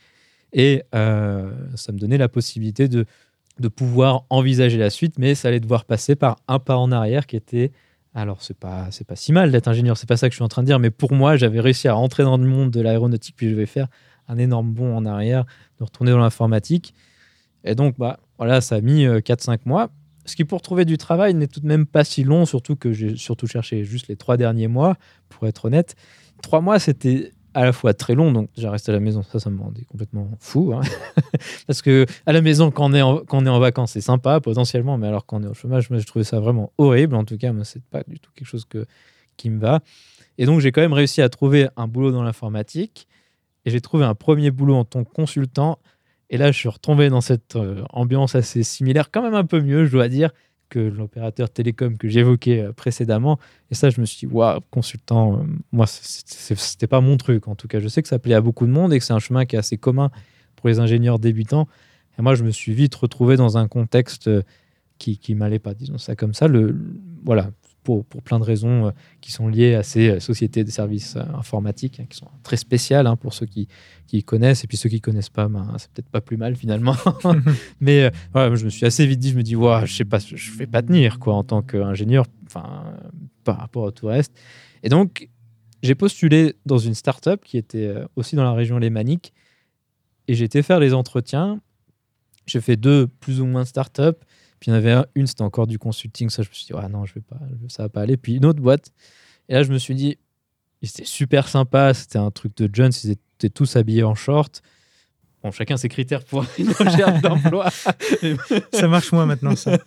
Et euh, ça me donnait la possibilité de, de pouvoir envisager la suite, mais ça allait devoir passer par un pas en arrière qui était... Alors, c'est pas, c'est pas si mal d'être ingénieur, c'est pas ça que je suis en train de dire, mais pour moi, j'avais réussi à rentrer dans le monde de l'aéronautique, puis je vais faire un énorme bond en arrière, de retourner dans l'informatique. Et donc, bah, voilà, ça a mis euh, quatre cinq mois. Ce qui, pour trouver du travail, n'est tout de même pas si long, surtout que j'ai surtout cherché juste les trois derniers mois, pour être honnête. Trois mois, c'était à la fois très long, donc déjà rester à la maison, ça, ça me rendait complètement fou. Hein. Parce que à la maison, quand on est en, quand on est en vacances, c'est sympa, potentiellement, mais alors quand on est au chômage, moi, je trouvais ça vraiment horrible. En tout cas, moi, c'est pas du tout quelque chose que, qui me va. Et donc, j'ai quand même réussi à trouver un boulot dans l'informatique. Et j'ai trouvé un premier boulot en tant que consultant. Et là, je suis retombé dans cette euh, ambiance assez similaire, quand même un peu mieux, je dois dire, que l'opérateur télécom que j'évoquais euh, précédemment. Et ça, je me suis dit, waouh, consultant, euh, moi, c'était pas mon truc. En tout cas, je sais que ça plaît à beaucoup de monde et que c'est un chemin qui est assez commun pour les ingénieurs débutants. Et moi, je me suis vite retrouvé dans un contexte euh, qui ne m'allait pas, disons ça comme ça. Le, le, voilà. Pour, pour plein de raisons euh, qui sont liées à ces euh, sociétés de services euh, informatiques, hein, qui sont très spéciales hein, pour ceux qui, qui connaissent, et puis ceux qui ne connaissent pas, ben, c'est peut-être pas plus mal finalement. Mais euh, ouais, je me suis assez vite dit, je me dis, wow, je sais pas, je ne vais pas tenir quoi, en tant qu'ingénieur euh, par rapport au tout reste. Et donc, j'ai postulé dans une start-up qui était euh, aussi dans la région lémanique, et j'ai été faire les entretiens. J'ai fait deux plus ou moins start-up. Puis il y en avait une, c'était encore du consulting. Ça, je me suis dit, ah non, je vais pas, ça va pas aller. Puis une autre boîte. Et là, je me suis dit, c'était super sympa. C'était un truc de jeunes. Ils étaient tous habillés en short. Bon, chacun ses critères pour une recherche d'emploi. Ça marche moins maintenant, ça.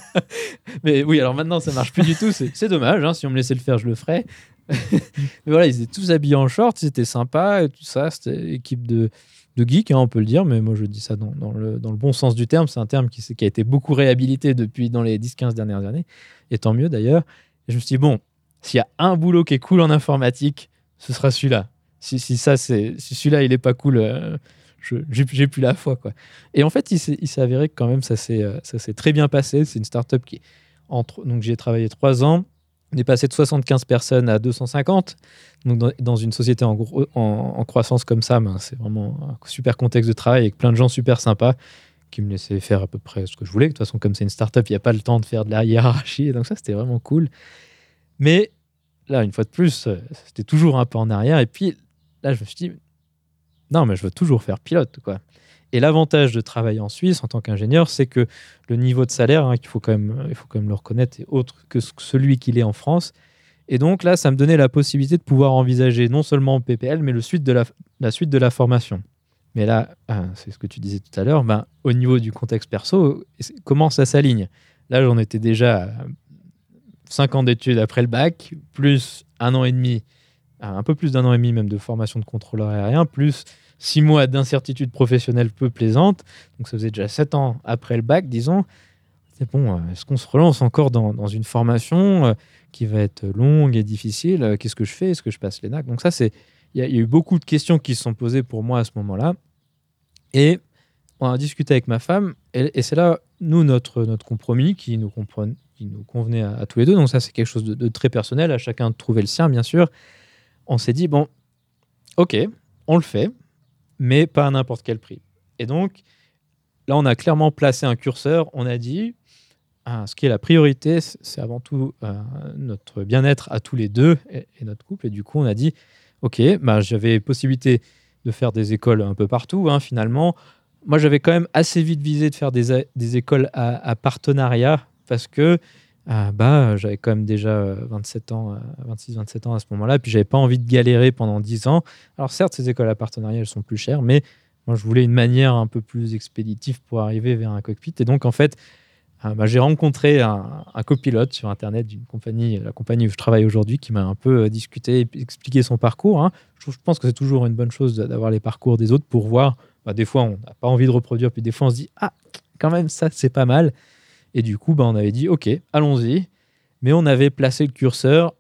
Mais oui, alors maintenant, ça marche plus du tout. C'est, c'est dommage. Hein, si on me laissait le faire, je le ferais. Mais voilà, ils étaient tous habillés en short. C'était sympa et tout ça. C'était équipe de... de geek, hein, on peut le dire, mais moi je dis ça dans, dans, le, dans le bon sens du terme. C'est un terme qui, qui a été beaucoup réhabilité depuis dans les dix quinze dernières années, et tant mieux d'ailleurs. Et je me suis dit, bon, s'il y a un boulot qui est cool en informatique, ce sera celui-là. Si, si, ça, c'est, si celui-là, il n'est pas cool, euh, je, j'ai, j'ai plus la foi, quoi. Et en fait, il s'est, il s'est avéré que quand même, ça s'est, ça s'est très bien passé. C'est une start-up qui, entre, donc j'ai travaillé trois ans. On est passé de soixante-quinze personnes à deux cent cinquante. Donc dans, dans une société en, gros, en, en croissance comme ça, ben, c'est vraiment un super contexte de travail avec plein de gens super sympas qui me laissaient faire à peu près ce que je voulais. De toute façon, comme c'est une start-up, il n'y a pas le temps de faire de la hiérarchie. Et donc ça, c'était vraiment cool. Mais là, une fois de plus, c'était toujours un peu en arrière. Et puis là, je me suis dit, non, mais je veux toujours faire pilote, quoi. Et l'avantage de travailler en Suisse en tant qu'ingénieur, c'est que le niveau de salaire, hein, qu'il faut quand même, il faut quand même le reconnaître, est autre que celui qu'il est en France. Et donc là, ça me donnait la possibilité de pouvoir envisager non seulement P P L, mais le suite de la, la suite de la formation. Mais là, ah, c'est ce que tu disais tout à l'heure, ben, au niveau du contexte perso, comment ça s'aligne ? Là, j'en étais déjà à cinq ans d'études après le bac, plus un an et demi, un peu plus d'un an et demi même de formation de contrôleur aérien, plus six mois d'incertitude professionnelle peu plaisante. Donc ça faisait déjà sept ans après le bac, disons. C'est bon, est-ce qu'on se relance encore dans, dans une formation euh, qui va être longue et difficile ? Qu'est-ce que je fais ? Est-ce que je passe l'E N A C ? Donc ça, c'est... Il y, y a eu beaucoup de questions qui se sont posées pour moi à ce moment-là. Et on a discuté avec ma femme. Et, et c'est là, nous, notre, notre compromis qui nous, compren... qui nous convenait à, à tous les deux. Donc ça, c'est quelque chose de, de très personnel. À chacun de trouver le sien, bien sûr. On s'est dit, bon, OK, on le fait, mais pas à n'importe quel prix. Et donc, là, on a clairement placé un curseur. On a dit, ah, ce qui est la priorité, c'est avant tout euh, notre bien-être à tous les deux et, et notre couple. Et du coup, on a dit, OK, bah, j'avais possibilité de faire des écoles un peu partout, hein, finalement. Moi, j'avais quand même assez vite visé de faire des, des écoles à, à partenariat parce que euh, bah, j'avais quand même déjà vingt-sept ans, vingt-six vingt-sept ans à ce moment-là. Puis, j'avais pas envie de galérer pendant dix ans. Alors, certes, ces écoles à partenariat, elles sont plus chères, mais moi, je voulais une manière un peu plus expéditive pour arriver vers un cockpit. Et donc, en fait, euh, bah, j'ai rencontré un, un copilote sur Internet d'une compagnie, la compagnie où je travaille aujourd'hui, qui m'a un peu discuté et expliqué son parcours. Hein. Je, je pense que c'est toujours une bonne chose d'avoir les parcours des autres pour voir. Bah, des fois, on n'a pas envie de reproduire, puis des fois, on se dit « Ah, quand même, ça, c'est pas mal ». Et du coup, bah, on avait dit « Ok, allons-y ». Mais on avait placé le curseur.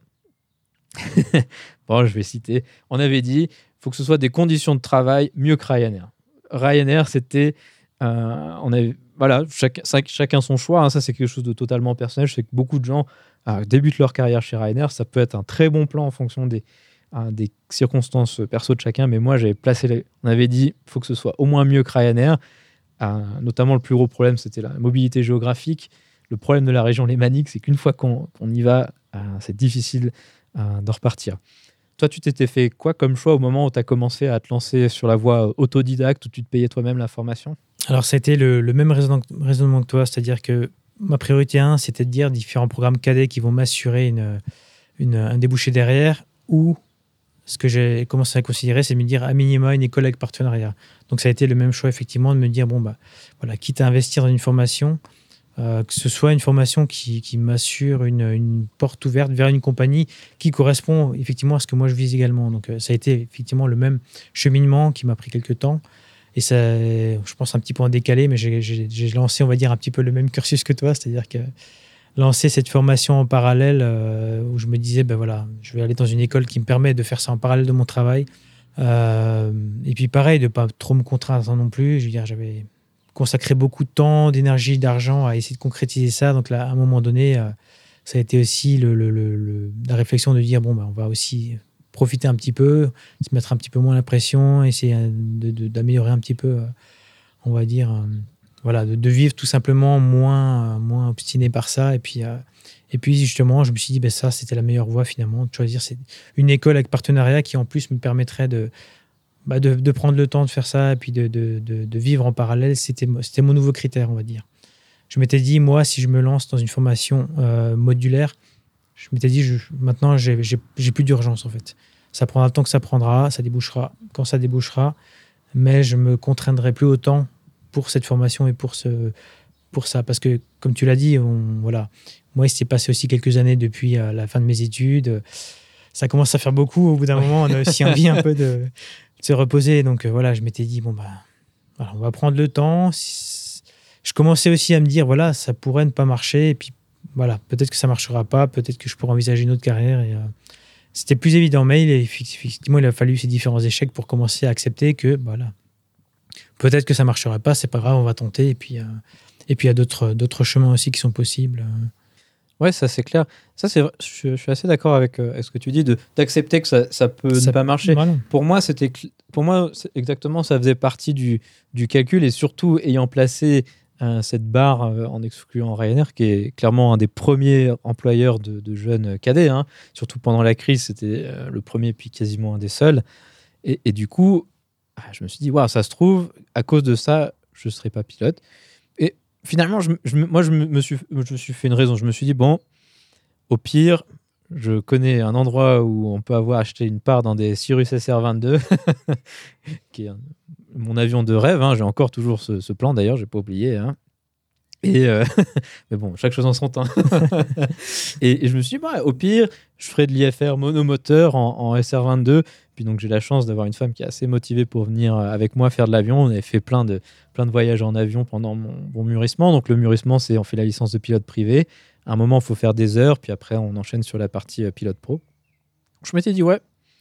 Bon, je vais citer. On avait dit « Il faut que ce soit des conditions de travail mieux que Ryanair ». Ryanair, c'était... Euh, on avait, voilà, chaque, chacun son choix. Hein, ça, c'est quelque chose de totalement personnel. Je sais que beaucoup de gens euh, débutent leur carrière chez Ryanair. Ça peut être un très bon plan en fonction des, à des circonstances perso de chacun, mais moi, j'avais placé, les... on avait dit, il faut que ce soit au moins mieux que Ryanair. Euh, notamment, le plus gros problème, c'était la mobilité géographique. Le problème de la région lémanique, c'est qu'une fois qu'on, qu'on y va, euh, c'est difficile euh, d'en repartir. Toi, tu t'étais fait quoi comme choix au moment où tu as commencé à te lancer sur la voie autodidacte, où tu te payais toi-même la formation ? Alors, ça a été le, le même raisonnement, raisonnement que toi, c'est-à-dire que ma priorité un, c'était de dire différents programmes cadets qui vont m'assurer une, une, un débouché derrière, ou ce que j'ai commencé à considérer, c'est de me dire à minima une école avec partenariat. Donc, ça a été le même choix, effectivement, de me dire, bon, bah, voilà, quitte à investir dans une formation, euh, que ce soit une formation qui, qui m'assure une, une porte ouverte vers une compagnie qui correspond effectivement à ce que moi je vise également. Donc, euh, ça a été effectivement le même cheminement qui m'a pris quelques temps. Et ça, je pense un petit peu en décalé, mais j'ai, j'ai, j'ai lancé, on va dire, un petit peu le même cursus que toi, c'est-à-dire que lancer cette formation en parallèle euh, où je me disais, ben voilà, je vais aller dans une école qui me permet de faire ça en parallèle de mon travail. Euh, et puis pareil, de ne pas trop me contraindre non plus. Je veux dire, j'avais consacré beaucoup de temps, d'énergie, d'argent à essayer de concrétiser ça. Donc là, à un moment donné, euh, ça a été aussi le, le, le, le, la réflexion de dire, bon, ben, on va aussi profiter un petit peu, se mettre un petit peu moins la pression, essayer de, de, d'améliorer un petit peu, on va dire, euh, voilà, de, de vivre tout simplement moins, euh, moins obstiné par ça. Et puis, euh, et puis justement, je me suis dit, ben ça, c'était la meilleure voie finalement, de choisir c'est une école avec partenariat qui en plus me permettrait de, bah, de, de prendre le temps de faire ça et puis de, de, de, de vivre en parallèle. C'était, c'était mon nouveau critère, on va dire. Je m'étais dit, moi, si je me lance dans une formation euh, modulaire, je m'étais dit, je, maintenant, j'ai, j'ai, j'ai plus d'urgence, en fait. Ça prendra le temps que ça prendra, ça débouchera quand ça débouchera, mais je me contraindrai plus autant pour cette formation et pour, ce, pour ça. Parce que, comme tu l'as dit, on, voilà, moi, il s'est passé aussi quelques années depuis euh, la fin de mes études. Ça commence à faire beaucoup. Au bout d'un moment, on a aussi envie un peu de, de se reposer. Donc, euh, voilà, je m'étais dit, bon, bah, voilà, on va prendre le temps. Je commençais aussi à me dire, voilà, ça pourrait ne pas marcher. Et puis, voilà, peut-être que ça ne marchera pas, peut-être que je pourrais envisager une autre carrière. Et, euh, c'était plus évident, mais il, effectivement, il a fallu ces différents échecs pour commencer à accepter que, voilà, peut-être que ça ne marchera pas, c'est pas grave, on va tenter. Et puis, euh, et puis il y a d'autres, d'autres chemins aussi qui sont possibles. Ouais, ça c'est clair. Ça, c'est, je, je suis assez d'accord avec, euh, avec ce que tu dis, de, d'accepter que ça, ça peut ça, ne pas marcher. Voilà. Pour moi, c'était, pour moi c'est exactement, ça faisait partie du, du calcul, et surtout ayant placé cette barre en excluant Ryanair, qui est clairement un des premiers employeurs de, de jeunes cadets, hein. Surtout pendant la crise, c'était le premier puis quasiment un des seuls. Et, et du coup, je me suis dit, waouh, ça se trouve, à cause de ça, je ne serai pas pilote. Et finalement, je, je, moi, je me, suis, je me suis fait une raison. Je me suis dit, bon, au pire, je connais un endroit où on peut avoir acheté une part dans des Cirrus S R vingt-deux, qui est un, mon avion de rêve, hein. J'ai encore toujours ce, ce plan, d'ailleurs, je n'ai pas oublié. Hein. Et euh, mais bon, chaque chose en son temps. et, et je me suis dit, bah, au pire, je ferai de l'I F R monomoteur en, en S R vingt-deux. Puis donc, j'ai la chance d'avoir une femme qui est assez motivée pour venir avec moi faire de l'avion. On avait fait plein de, plein de voyages en avion pendant mon, mon mûrissement. Donc, le mûrissement, c'est on fait la licence de pilote privé. À un moment, il faut faire des heures, puis après, on enchaîne sur la partie euh, pilote pro. Je m'étais dit, ouais,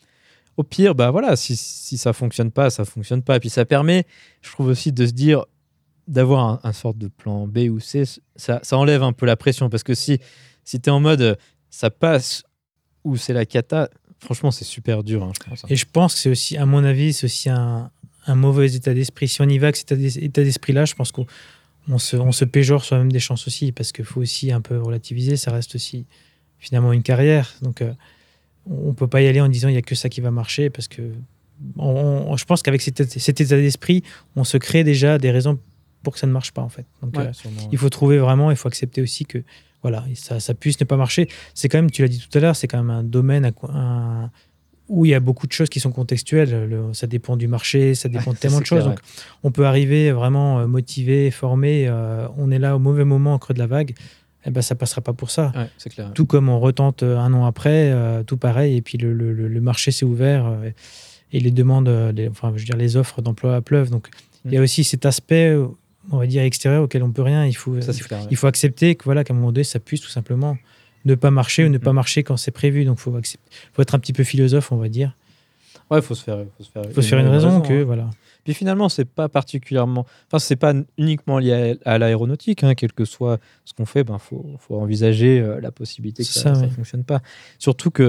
au pire, bah voilà, si, si ça ne fonctionne pas, ça ne fonctionne pas. Et puis, ça permet, je trouve aussi, de se dire, d'avoir un, un sorte de plan B ou C, ça, ça enlève un peu la pression. Parce que si, si tu es en mode, ça passe ou c'est la cata, franchement, c'est super dur, hein, je pense. Et je pense que c'est aussi, à mon avis, c'est aussi un, un mauvais état d'esprit. Si on y va avec cet état d'esprit-là, je pense qu'on on se, on se péjore soi-même des chances aussi, parce qu'il faut aussi un peu relativiser. Ça reste aussi finalement une carrière. Donc, euh, on ne peut pas y aller en disant il n'y a que ça qui va marcher, parce que on, on, je pense qu'avec cet, cet état d'esprit, on se crée déjà des raisons pour que ça ne marche pas, en fait. Donc, ouais, euh, il faut trouver vraiment, il faut accepter aussi que voilà, ça, ça puisse ne pas marcher. C'est quand même, tu l'as dit tout à l'heure, c'est quand même un domaine un, où il y a beaucoup de choses qui sont contextuelles. Le, ça dépend du marché, ça dépend de tellement de choses. Clair, donc, ouais. On peut arriver vraiment motivé, formé. Euh, on est là au mauvais moment, au creux de la vague. Eh ben, ça ne passera pas pour ça. Ouais, c'est clair, ouais. Tout comme on retente un an après, euh, tout pareil. Et puis, le, le, le marché s'est ouvert euh, et les demandes, les, enfin, je veux dire, les offres d'emploi pleuvent. Donc, mmh. il y a aussi cet aspect, on va dire, extérieur auquel on ne peut rien. Il faut, ça, il, clair, ouais. il faut accepter que, voilà, qu'à un moment donné, ça puisse tout simplement ne pas marcher mmh. ou ne pas marcher quand c'est prévu. Donc, il faut, faut être un petit peu philosophe, on va dire. Ouais, il faut se faire, faut se faire, faut se faire une, une raison, raison que, hein. Voilà. Puis finalement, c'est pas particulièrement, enfin, c'est pas uniquement lié à, à l'aéronautique, hein, quel que soit ce qu'on fait, ben, faut, faut envisager euh, la possibilité que ça, ça, ça ouais. fonctionne pas. Surtout que,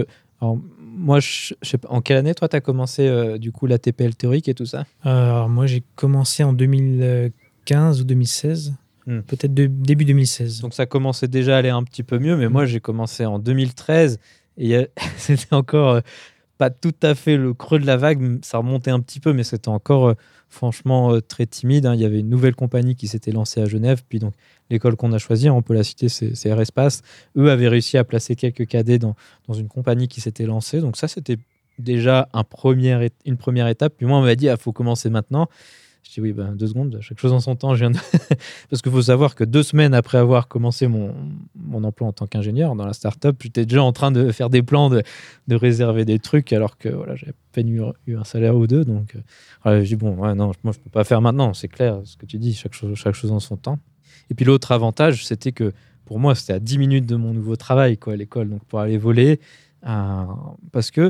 Alors, moi, je, je sais pas, en quelle année, toi, tu as commencé euh, du coup la T P L théorique et tout ça? Euh, alors moi, j'ai commencé en deux mille quinze ou deux mille seize, Hmm. peut-être de, début deux mille seize. Donc ça commençait déjà à aller un petit peu mieux, mais Mm. moi, j'ai commencé en deux mille treize et y a- c'était encore euh, pas tout à fait le creux de la vague, ça remontait un petit peu, mais c'était encore euh, franchement euh, très timide. hein. Il y avait une nouvelle compagnie qui s'était lancée à Genève, puis donc l'école qu'on a choisie, on peut la citer, c'est, c'est R-Espace. Eux avaient réussi à placer quelques cadets dans, dans une compagnie qui s'était lancée, donc ça c'était déjà un premier, é- une première étape. Puis moi on m'a dit, il faut commencer maintenant. Je dis oui, ben, deux secondes, chaque chose en son temps. Je viens de... Parce qu'il faut savoir que deux semaines après avoir commencé mon, mon emploi en tant qu'ingénieur dans la startup, j'étais déjà en train de faire des plans, de, de réserver des trucs, alors que voilà, j'avais à peine eu, eu un salaire ou deux. Donc, euh, voilà, je dis bon, ouais, non, moi je peux pas faire maintenant. C'est clair, ce que tu dis, chaque chose, chaque chose en son temps. Et puis l'autre avantage, c'était que pour moi, c'était à dix minutes de mon nouveau travail, quoi, à l'école, donc pour aller voler, euh, parce que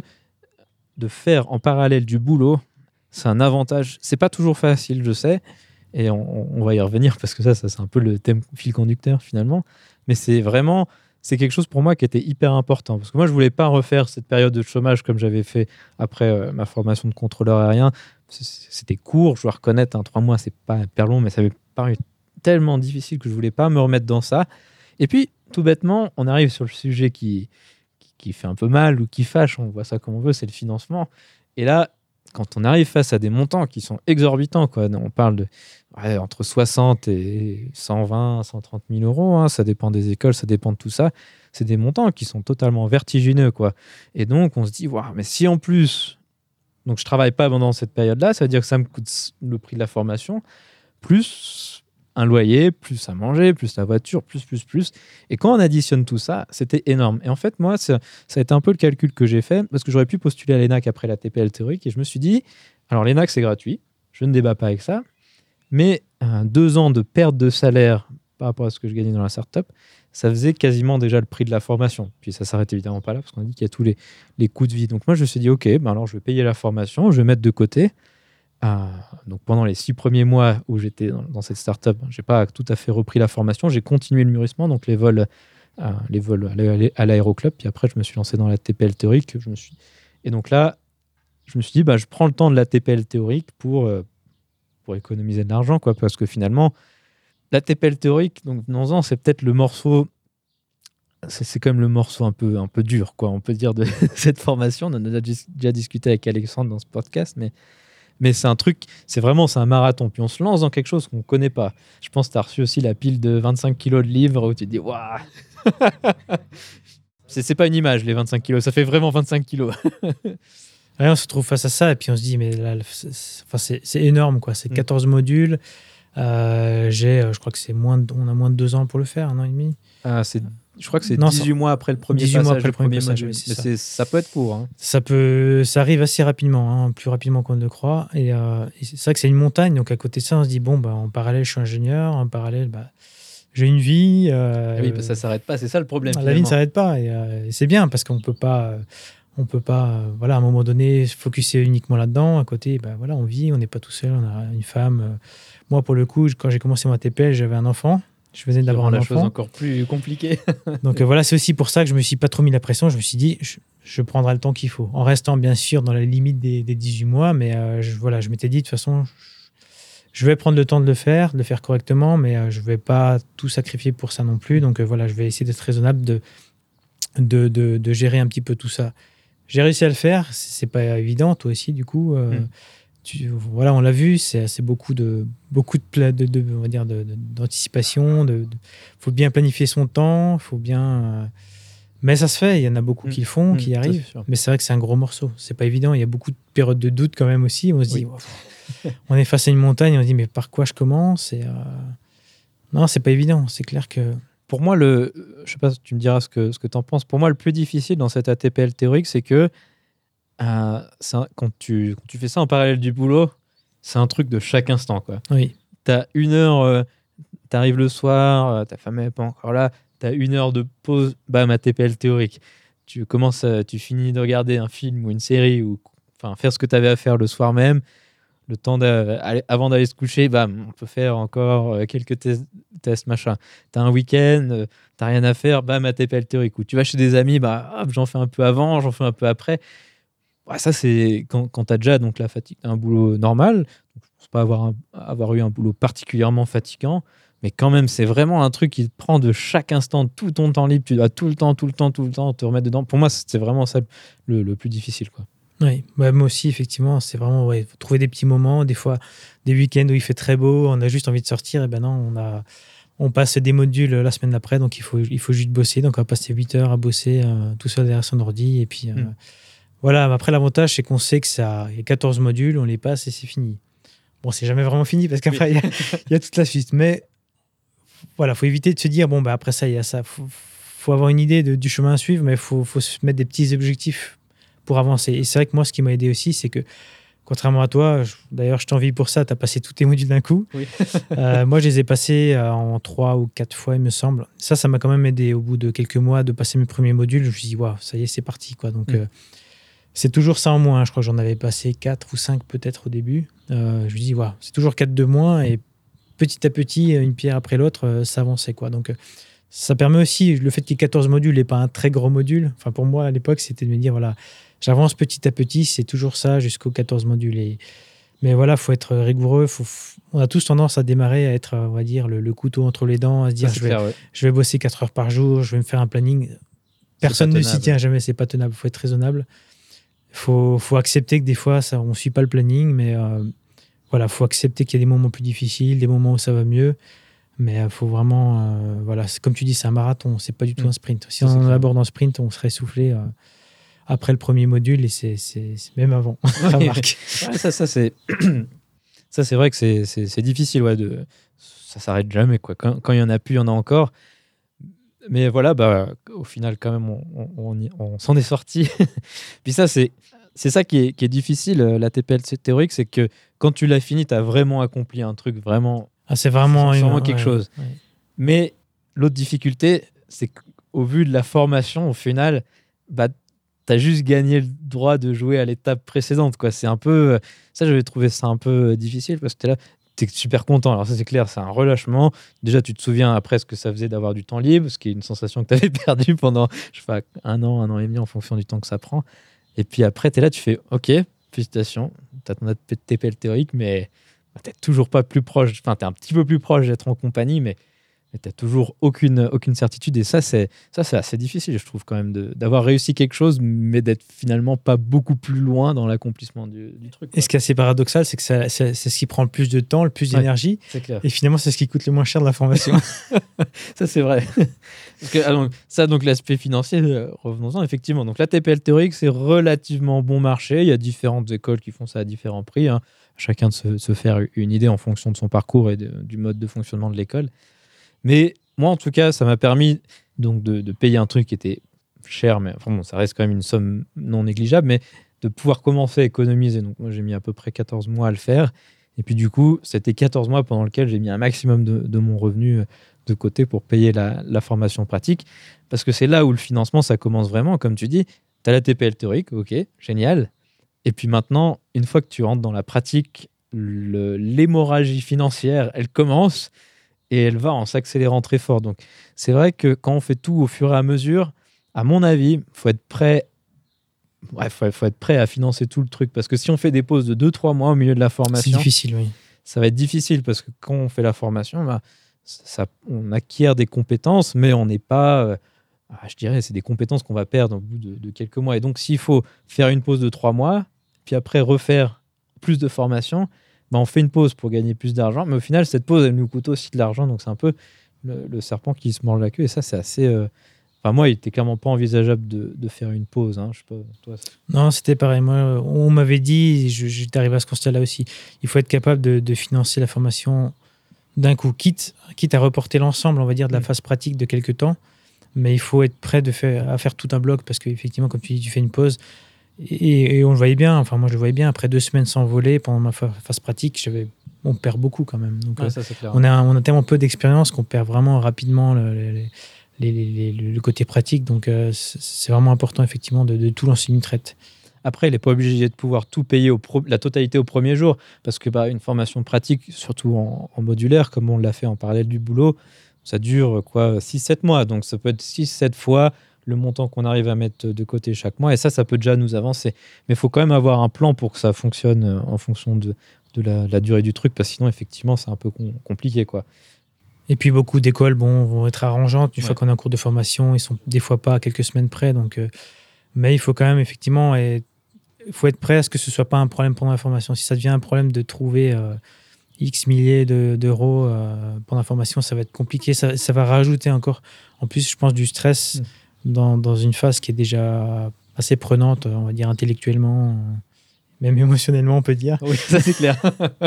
de faire en parallèle du boulot, c'est un avantage. C'est pas toujours facile, je sais, et on, on va y revenir parce que ça, ça c'est un peu le thème fil conducteur finalement. Mais c'est vraiment, c'est quelque chose pour moi qui était hyper important parce que moi, je voulais pas refaire cette période de chômage comme j'avais fait après euh, ma formation de contrôleur aérien. C'était court, je dois reconnaître, hein, trois mois, c'est pas hyper long, mais ça m'est paru tellement difficile que je voulais pas me remettre dans ça. Et puis, tout bêtement, on arrive sur le sujet qui, qui, qui fait un peu mal ou qui fâche, on voit ça comme on veut, c'est le financement. Et là, quand on arrive face à des montants qui sont exorbitants, quoi, on parle de ouais, entre soixante et cent vingt, cent trente mille euros, hein, ça dépend des écoles, ça dépend de tout ça. C'est des montants qui sont totalement vertigineux, quoi. Et donc, on se dit, wow, mais si en plus, donc je travaille pas pendant cette période-là, ça veut dire que ça me coûte le prix de la formation, plus un loyer, plus à manger, plus la voiture, plus, plus, plus. Et quand on additionne tout ça, c'était énorme. Et en fait, moi, ça, ça a été un peu le calcul que j'ai fait, parce que j'aurais pu postuler à l'E N A C après la T P L théorique, et je me suis dit, alors l'E N A C, c'est gratuit, je ne débat pas avec ça, mais euh, deux ans de perte de salaire par rapport à ce que je gagnais dans la startup, ça faisait quasiment déjà le prix de la formation. Puis ça s'arrête évidemment pas là, parce qu'on a dit qu'il y a tous les, les coûts de vie. Donc moi, je me suis dit, OK, ben alors je vais payer la formation, je vais mettre de côté. Euh, donc pendant les six premiers mois où j'étais dans, dans cette startup, je n'ai pas tout à fait repris la formation, j'ai continué le mûrissement, donc les vols, euh, les vols à l'aéroclub, puis après je me suis lancé dans la T P L théorique. Je me suis... Et donc là, je me suis dit, bah, je prends le temps de la T P L théorique pour, euh, pour économiser de l'argent, quoi, parce que finalement, la T P L théorique, donc venons-en, c'est peut-être le morceau, c'est, c'est quand même le morceau un peu, un peu dur, quoi, on peut dire, de cette formation. On en a déjà discuté avec Alexandre dans ce podcast, mais Mais c'est un truc, c'est vraiment, c'est un marathon. Puis on se lance dans quelque chose qu'on ne connaît pas. Je pense que tu as reçu aussi la pile de vingt-cinq kilos de livres où tu te dis, waouh. c'est, c'est pas une image, les vingt-cinq kilos. Ça fait vraiment vingt-cinq kilos. Ouais, on se retrouve face à ça et puis on se dit, mais là, c'est, c'est, enfin, c'est, c'est énorme, quoi. C'est quatorze mm. modules. Euh, j'ai, je crois que c'est moins de, on a moins de deux ans pour le faire, un an et demi. Ah, c'est Je crois que c'est non, dix-huit mois après le premier dix-huit passage. Mois après le premier, premier passage, module. Oui, mais c'est, ça peut être court. Hein. Ça, peut, ça arrive assez rapidement, hein, plus rapidement qu'on ne le croit. Et, euh, et c'est vrai que c'est une montagne. Donc à côté de ça, on se dit, bon, bah, en parallèle, je suis ingénieur. En parallèle, bah, j'ai une vie. Euh, ah oui, bah, ça ne s'arrête pas. C'est ça le problème. La finalement. vie ne s'arrête pas. Et, euh, et c'est bien parce qu'on ne peut pas, on peut pas euh, voilà, à un moment donné, se focuser uniquement là-dedans. À côté, bah, voilà, on vit, on n'est pas tout seul. On a une femme. Euh, moi, pour le coup, quand j'ai commencé mon T P L, j'avais un enfant. Je venais d'avoir un la enfant. chose encore plus compliquée. Donc euh, voilà, c'est aussi pour ça que je me suis pas trop mis la pression. Je me suis dit, je, je prendrai le temps qu'il faut, en restant bien sûr dans la limite des, des dix-huit mois. Mais euh, je, voilà, je m'étais dit de toute façon, je, je vais prendre le temps de le faire, de le faire correctement, mais euh, je vais pas tout sacrifier pour ça non plus. Donc euh, voilà, je vais essayer d'être raisonnable, de, de, de, de gérer un petit peu tout ça. J'ai réussi à le faire. C'est pas évident, toi aussi, du coup. Euh, mm. Tu, voilà, on l'a vu, c'est, c'est beaucoup de beaucoup de, de, de on va dire de, de, d'anticipation. De, de, faut bien planifier son temps, faut bien. Euh, mais ça se fait. Il y en a beaucoup mmh. qui le font, mmh, qui y arrivent. C'est mais c'est vrai que c'est un gros morceau. C'est pas évident. Il y a beaucoup de périodes de doute quand même aussi. On se dit, oui. oh, on est face à une montagne. On se dit, mais par quoi je commence? Et euh... non, c'est pas évident. C'est clair que. Pour moi, le, je sais pas, tu me diras ce que ce que t'en penses. Pour moi, le plus difficile dans cette A T P L théorique, c'est que Euh, un, quand, tu, quand tu fais ça en parallèle du boulot, c'est un truc de chaque instant, quoi. Oui. T'as une heure, euh, t'arrives le soir, euh, ta femme n'est pas encore là, t'as une heure de pause, bam, à T P L théorique. Tu commences, à, tu finis de regarder un film ou une série ou enfin faire ce que t'avais à faire le soir même. Le temps d'a- aller- avant d'aller se coucher, bam, on peut faire encore euh, quelques tes- tests, machin. T'as un week-end, euh, t'as rien à faire, bam, A T P L théorique. Ou tu vas chez des amis, bah, hop, j'en fais un peu avant, j'en fais un peu après. Ouais, ça, c'est quand, quand t'as déjà donc, la fatigue, t'as un boulot normal. Donc, je pense pas avoir, un- avoir eu un boulot particulièrement fatigant. Mais quand même, c'est vraiment un truc qui te prend de chaque instant, tout ton temps libre. Tu dois tout le temps, tout le temps, tout le temps te remettre dedans. Pour moi, c'est vraiment ça le, le plus difficile, quoi. Oui, bah, moi aussi, effectivement, c'est vraiment ouais, faut trouver des petits moments, des fois des week-ends où il fait très beau, on a juste envie de sortir, et ben non, on, a, on passe des modules la semaine d'après, donc il faut, il faut juste bosser. Donc on va passer huit heures à bosser euh, tout seul derrière son ordi. Et puis euh, Mm. voilà, après l'avantage, c'est qu'on sait que ça, il y a quatorze modules, on les passe et c'est fini. Bon, c'est jamais vraiment fini parce qu'après, il y a- il y, a toute la suite. Mais voilà, faut éviter de se dire, bon, bah, après ça, il y a ça. Faut, faut avoir une idée de- du chemin à suivre, mais il faut, faut se mettre des petits objectifs pour avancer. Et c'est vrai que moi, ce qui m'a aidé aussi, c'est que, contrairement à toi, je- d'ailleurs, je t'envie pour ça, tu as passé tous tes modules d'un coup. Oui. Euh, moi, je les ai passés euh, en trois ou quatre fois, il me semble. Ça, ça m'a quand même aidé au bout de quelques mois de passer mes premiers modules. Je me suis dit, waouh, ça y est, c'est parti, quoi. Donc, Mm. euh, c'est toujours ça en moins. hein. Je crois que j'en avais passé quatre ou cinq peut-être au début. Euh, je me dis, waouh, c'est toujours quatre de moins. Et petit à petit, une pierre après l'autre, euh, ça avançait, quoi. Donc, euh, ça permet aussi, le fait qu'il y ait quatorze modules et pas un très gros module. Enfin, pour moi, à l'époque, c'était de me dire, voilà, j'avance petit à petit, c'est toujours ça jusqu'aux quatorze modules. Et... Mais voilà, il faut être rigoureux. Faut... On a tous tendance à démarrer à être, on va dire, le, le couteau entre les dents, à se dire, Ça, c'est je vais, clair, ouais. je vais bosser quatre heures par jour, je vais me faire un planning. Personne pas ne s'y tenable. tient jamais, c'est pas tenable. Il faut être raisonnable. Il faut, faut accepter que des fois, ça, on ne suit pas le planning, mais euh, voilà, il faut accepter qu'il y a des moments plus difficiles, des moments où ça va mieux. Mais il faut vraiment, euh, voilà, c'est- comme tu dis, c'est un marathon, c'est pas du tout Mm. un sprint. Si Ça, c'est on clair. aborde un sprint, on serait essoufflé euh, après le premier module et c'est, c'est, c'est même avant. Remarque. Ouais, ça, ça c'est ça c'est vrai que c'est, c'est, c'est difficile, ouais, de ça s'arrête jamais, quoi. Quand quand il y en a plus, il y en a encore. Mais voilà, bah au final quand même on, on, on y- on s'en est sorti. Puis ça c'est c'est ça qui est, qui est difficile, euh, la T P L théorique, c'est que quand tu l'as fini, tu as vraiment accompli un truc vraiment. Ah, c'est vraiment, C'est une- vraiment quelque ouais, chose. ouais. Mais l'autre difficulté, c'est qu'au vu de la formation, au final, bah, tu as juste gagné le droit de jouer à l'étape précédente, quoi. C'est un peu. Ça, j'avais trouvé ça un peu difficile parce que tu es là, tu es super content. Alors, ça, c'est clair, c'est un relâchement. Déjà, tu te souviens après ce que ça faisait d'avoir du temps libre, ce qui est une sensation que tu avais perdue pendant, je sais pas, un an, un an et demi en fonction du temps que ça prend. Et puis après, tu es là, tu fais OK, félicitations, tu as ton T P L théorique, mais bah, tu n'es toujours pas plus proche. Enfin, tu es un petit peu plus proche d'être en compagnie, mais tu n'as toujours aucune, aucune certitude. Et ça, c'est, ça, c'est assez difficile, je trouve, quand même, de, d'avoir réussi quelque chose, mais d'être finalement pas beaucoup plus loin dans l'accomplissement du, du truc, quoi. Et ce qui est assez paradoxal, c'est que ça- ça- c'est ce qui prend le plus de temps, le plus Ouais. d'énergie. C'est clair. Et finalement, c'est ce qui coûte le moins cher de la formation. Ça, c'est vrai. Parce que, ah, donc, ça, donc l'aspect financier, euh, revenons-en, effectivement. Donc, la T P L théorique, c'est relativement bon marché. Il y a différentes écoles qui font ça à différents prix, hein. Chacun de se, se faire une idée en fonction de son parcours et de- du mode de fonctionnement de l'école. Mais moi, en tout cas, ça m'a permis donc de, de payer un truc qui était cher, mais enfin, bon, ça reste quand même une somme non négligeable, mais de pouvoir commencer à économiser. Donc, moi, j'ai mis à peu près quatorze mois à le faire. Et puis, du coup, c'était quatorze mois pendant lesquels j'ai mis un maximum de, de mon revenu de côté pour payer la, la formation pratique. Parce que c'est là où le financement, ça commence vraiment. Comme tu dis, tu as la T P L théorique, ok, génial. Et puis maintenant, une fois que tu rentres dans la pratique, le- l'hémorragie financière, elle commence et elle va en s'accélérant très fort. Donc, c'est vrai que quand on fait tout au fur et à mesure, à mon avis, il faut être prêt. Ouais, faut, faut être prêt à financer tout le truc. Parce que si on fait des pauses de deux trois mois au milieu de la c'est formation, difficile, oui. ça va être difficile parce que quand on fait la formation, bah, ça, on acquiert des compétences, mais on n'est pas. euh, ah, je dirais, c'est des compétences qu'on va perdre au bout de, de quelques mois. Et donc, s'il faut faire une pause de trois mois, puis après refaire plus de formation, bah, on fait une pause pour gagner plus d'argent. Mais au final, cette pause, elle nous coûte aussi de l'argent. Donc, c'est un peu le, le serpent qui se mord la queue. Et ça, c'est assez. euh, Enfin, moi, il était clairement pas envisageable de, de faire une pause, hein. Je sais pas, toi. c'est- Non, c'était pareil. Moi, on m'avait dit, je- j'étais arrivé à ce constat-là aussi, il faut être capable de, de financer la formation d'un coup, quitte, quitte à reporter l'ensemble, on va dire, de la Mm. phase pratique de quelques temps. Mais il faut être prêt de faire, à faire tout un bloc parce qu'effectivement, comme tu dis, tu fais une pause. Et, et on le voyait bien, enfin, moi, je le voyais bien. Après deux semaines sans voler, pendant ma fa- phase pratique, j'avais, on perd beaucoup quand même. Donc, Ouais, euh, ça, c'est clair. on, a, on a tellement peu d'expérience qu'on perd vraiment rapidement le, le- les- les- les- les- le côté pratique. Donc, euh, c'est c'est vraiment important, effectivement, de, de tout lancer une traite. Après, il n'est pas obligé de pouvoir tout payer, au pro- la totalité au premier jour, parce que bah, une formation pratique, surtout en, en modulaire, comme on l'a fait en parallèle du boulot, ça dure quoi, six sept mois. Donc ça peut être six sept fois le montant qu'on arrive à mettre de côté chaque mois. Et ça, ça peut déjà nous avancer. Mais il faut quand même avoir un plan pour que ça fonctionne euh, en fonction de, de la, la durée du truc, parce que sinon, effectivement, c'est un peu com- compliqué, quoi. Et puis beaucoup d'écoles bon, vont être arrangeantes. Une Ouais. fois qu'on est en cours de formation, ils sont des fois pas à quelques semaines près. Donc, euh, mais il faut quand même effectivement, et, il faut être prêt à ce que ce soit pas un problème pendant la formation. Si ça devient un problème de trouver euh, X milliers de, d'euros euh, pendant la formation, ça va être compliqué. Ça, ça va rajouter encore, en plus, je pense, du stress Mm. dans, dans une phase qui est déjà assez prenante, on va dire intellectuellement, euh, même émotionnellement, on peut dire. Oui, ça c'est clair.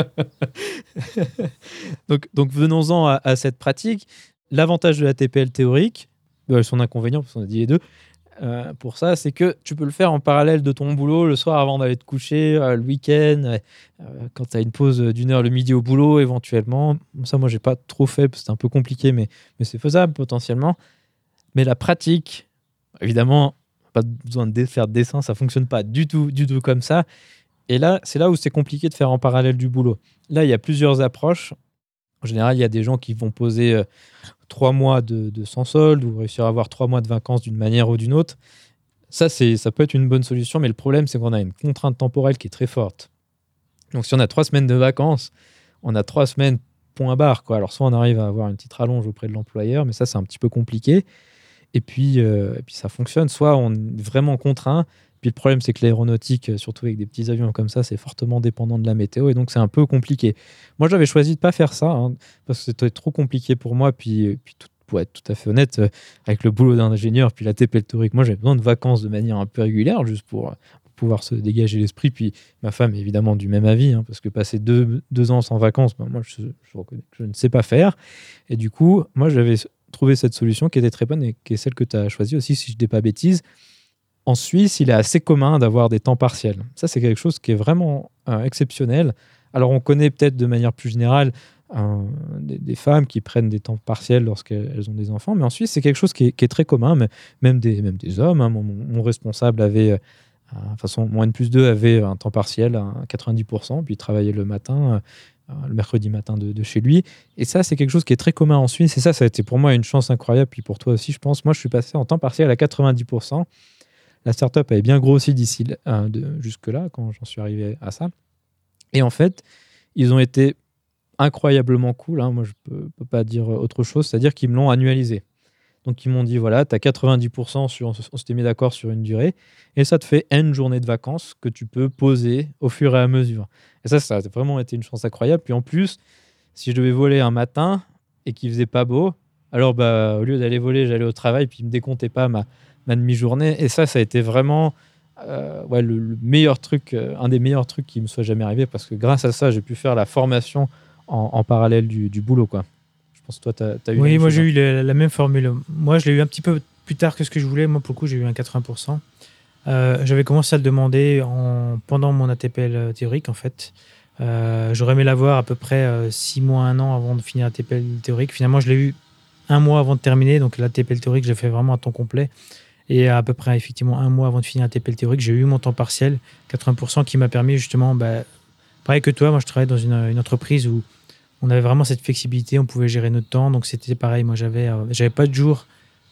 donc, donc venons-en à, à cette pratique. L'avantage de la T P L théorique, euh, son inconvénient, parce qu'on a dit les deux, euh, pour ça, c'est que tu peux le faire en parallèle de ton boulot le soir avant d'aller te coucher, euh, le week-end, euh, quand tu as une pause d'une heure le midi au boulot éventuellement. Ça, moi, j'ai pas trop fait, parce que c'est un peu compliqué, mais, mais c'est faisable potentiellement. Mais la pratique, évidemment, pas besoin de dé- faire de dessin, ça fonctionne pas du tout, du tout comme ça. Et là, c'est là où c'est compliqué de faire en parallèle du boulot. Là, il y a plusieurs approches. En général, il y a des gens qui vont poser euh, trois mois de, de sans solde ou réussir à avoir trois mois de vacances d'une manière ou d'une autre. Ça, c'est, ça peut être une bonne solution, mais le problème, c'est qu'on a une contrainte temporelle qui est très forte. Donc, si on a trois semaines de vacances, on a trois semaines point barre, quoi. Alors, soit on arrive à avoir une petite rallonge auprès de l'employeur, mais ça, c'est un petit peu compliqué. Et puis, euh, et puis ça fonctionne. Soit on est vraiment contraint. Puis le problème, c'est que l'aéronautique, surtout avec des petits avions comme ça, c'est fortement dépendant de la météo. Et donc, c'est un peu compliqué. Moi, j'avais choisi de ne pas faire ça, hein, parce que c'était trop compliqué pour moi. Puis, puis tout, pour être tout à fait honnête, euh, avec le boulot d'ingénieur, puis la T P L théorique, moi, j'avais besoin de vacances de manière un peu régulière, juste pour, pour pouvoir se dégager l'esprit. Puis ma femme est évidemment du même avis, hein, parce que passer deux, deux ans sans vacances, ben, moi, je, je reconnais que je ne sais pas faire. Et du coup, moi, j'avais trouvé cette solution qui était très bonne et qui est celle que tu as choisie aussi, si je ne dis pas bêtise. En Suisse, il est assez commun d'avoir des temps partiels. Ça, c'est quelque chose qui est vraiment euh, exceptionnel. Alors, on connaît peut-être de manière plus générale euh, des, des femmes qui prennent des temps partiels lorsqu'elles ont des enfants, mais en Suisse, c'est quelque chose qui est, qui est très commun, mais même, des, même des hommes. Hein. Mon, mon responsable avait, euh, de toute façon, mon N plus deux avait un temps partiel à quatre-vingt-dix pour cent, puis il travaillait le matin, euh, le mercredi matin de, de chez lui. Et ça, c'est quelque chose qui est très commun en Suisse. Et ça, ça a été pour moi une chance incroyable, puis pour toi aussi, je pense. Moi, je suis passé en temps partiel à quatre-vingt-dix pour cent. La startup avait bien grossi d'ici euh, de, jusque-là, quand j'en suis arrivé à ça. Et en fait, ils ont été incroyablement cool. Hein. Moi, je ne peux, peux pas dire autre chose. C'est-à-dire qu'ils me l'ont annualisé. Donc, ils m'ont dit, voilà, tu as quatre-vingt-dix pour cent, sur, on s'était mis d'accord sur une durée, et ça te fait N journées de vacances que tu peux poser au fur et à mesure. Et ça, ça a vraiment été une chance incroyable. Puis en plus, si je devais voler un matin et qu'il faisait pas beau, alors bah, au lieu d'aller voler, j'allais au travail, puis ils ne me décomptaient pas ma... ma demi-journée. Et ça, ça a été vraiment euh, ouais, le, le meilleur truc, euh, un des meilleurs trucs qui me soit jamais arrivé, parce que grâce à ça, j'ai pu faire la formation en, en parallèle du, du boulot, quoi. Je pense que toi, tu as eu... Oui, moi, j'ai hein. eu la, la même formule. Moi, je l'ai eu un petit peu plus tard que ce que je voulais. Moi, pour le coup, j'ai eu un quatre-vingts pour cent. Euh, J'avais commencé à le demander en, pendant mon A T P L théorique, en fait. Euh, J'aurais aimé l'avoir à peu près euh, six mois, un an avant de finir la T P L théorique. Finalement, je l'ai eu un mois avant de terminer. Donc, la T P L théorique, j'ai fait vraiment à temps complet. Et à peu près, effectivement, un mois avant de finir la T P L théorique, j'ai eu mon temps partiel, quatre-vingts pour cent, qui m'a permis justement, bah, pareil que toi, moi, je travaillais dans une, une entreprise où on avait vraiment cette flexibilité, on pouvait gérer notre temps. Donc, c'était pareil. Moi, j'avais euh, j'avais pas de jour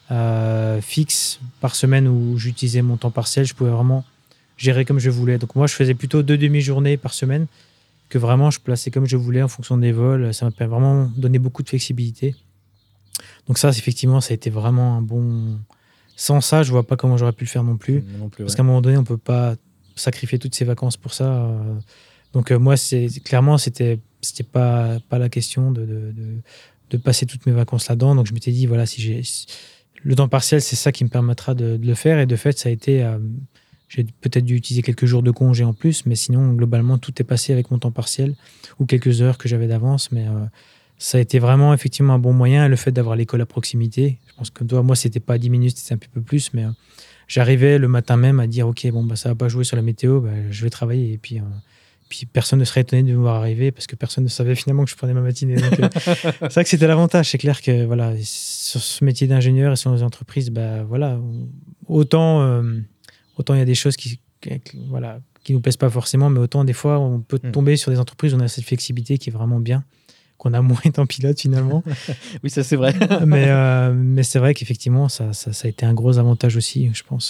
euh, fixe par semaine où j'utilisais mon temps partiel. Je pouvais vraiment gérer comme je voulais. Donc, moi, je faisais plutôt deux demi-journées par semaine que vraiment je plaçais comme je voulais en fonction des vols. Ça m'a vraiment donné beaucoup de flexibilité. Donc, ça, effectivement, ça a été vraiment un bon... Sans ça, je vois pas comment j'aurais pu le faire non plus. Non plus, Parce ouais. qu'à un moment donné, on peut pas sacrifier toutes ses vacances pour ça. euh. Donc euh, moi, c'est clairement, c'était c'était pas pas la question de, de, de, de passer toutes mes vacances là-dedans. Donc je m'étais dit, voilà, si j'ai si- le temps partiel, c'est ça qui me permettra de, de le faire. Et de fait, ça a été, euh, j'ai peut-être dû utiliser quelques jours de congé en plus, mais sinon, globalement, tout est passé avec mon temps partiel ou quelques heures que j'avais d'avance. Mais euh, ça a été vraiment effectivement un bon moyen. Et le fait d'avoir l'école à proximité, je pense que toi, moi, c'était pas dix minutes, c'était un peu plus, mais euh, j'arrivais le matin même à dire, ok, bon, bah, ça va pas jouer sur la météo, bah, je vais travailler. Et puis, euh, puis personne ne serait étonné de me voir arriver parce que personne ne savait finalement que je prenais ma matinée. Donc, euh, c'est vrai que c'était l'avantage. C'est clair que voilà, sur ce métier d'ingénieur et sur les entreprises, bah, voilà, autant euh, autant il y a des choses qui, qui, voilà, qui nous plaisent pas forcément, mais autant des fois, on peut mmh. tomber sur des entreprises où on a cette flexibilité qui est vraiment bien, qu'on a moins étant pilote finalement. Oui, ça c'est vrai. mais, euh, mais c'est vrai qu'effectivement, ça, ça, ça a été un gros avantage aussi, je pense.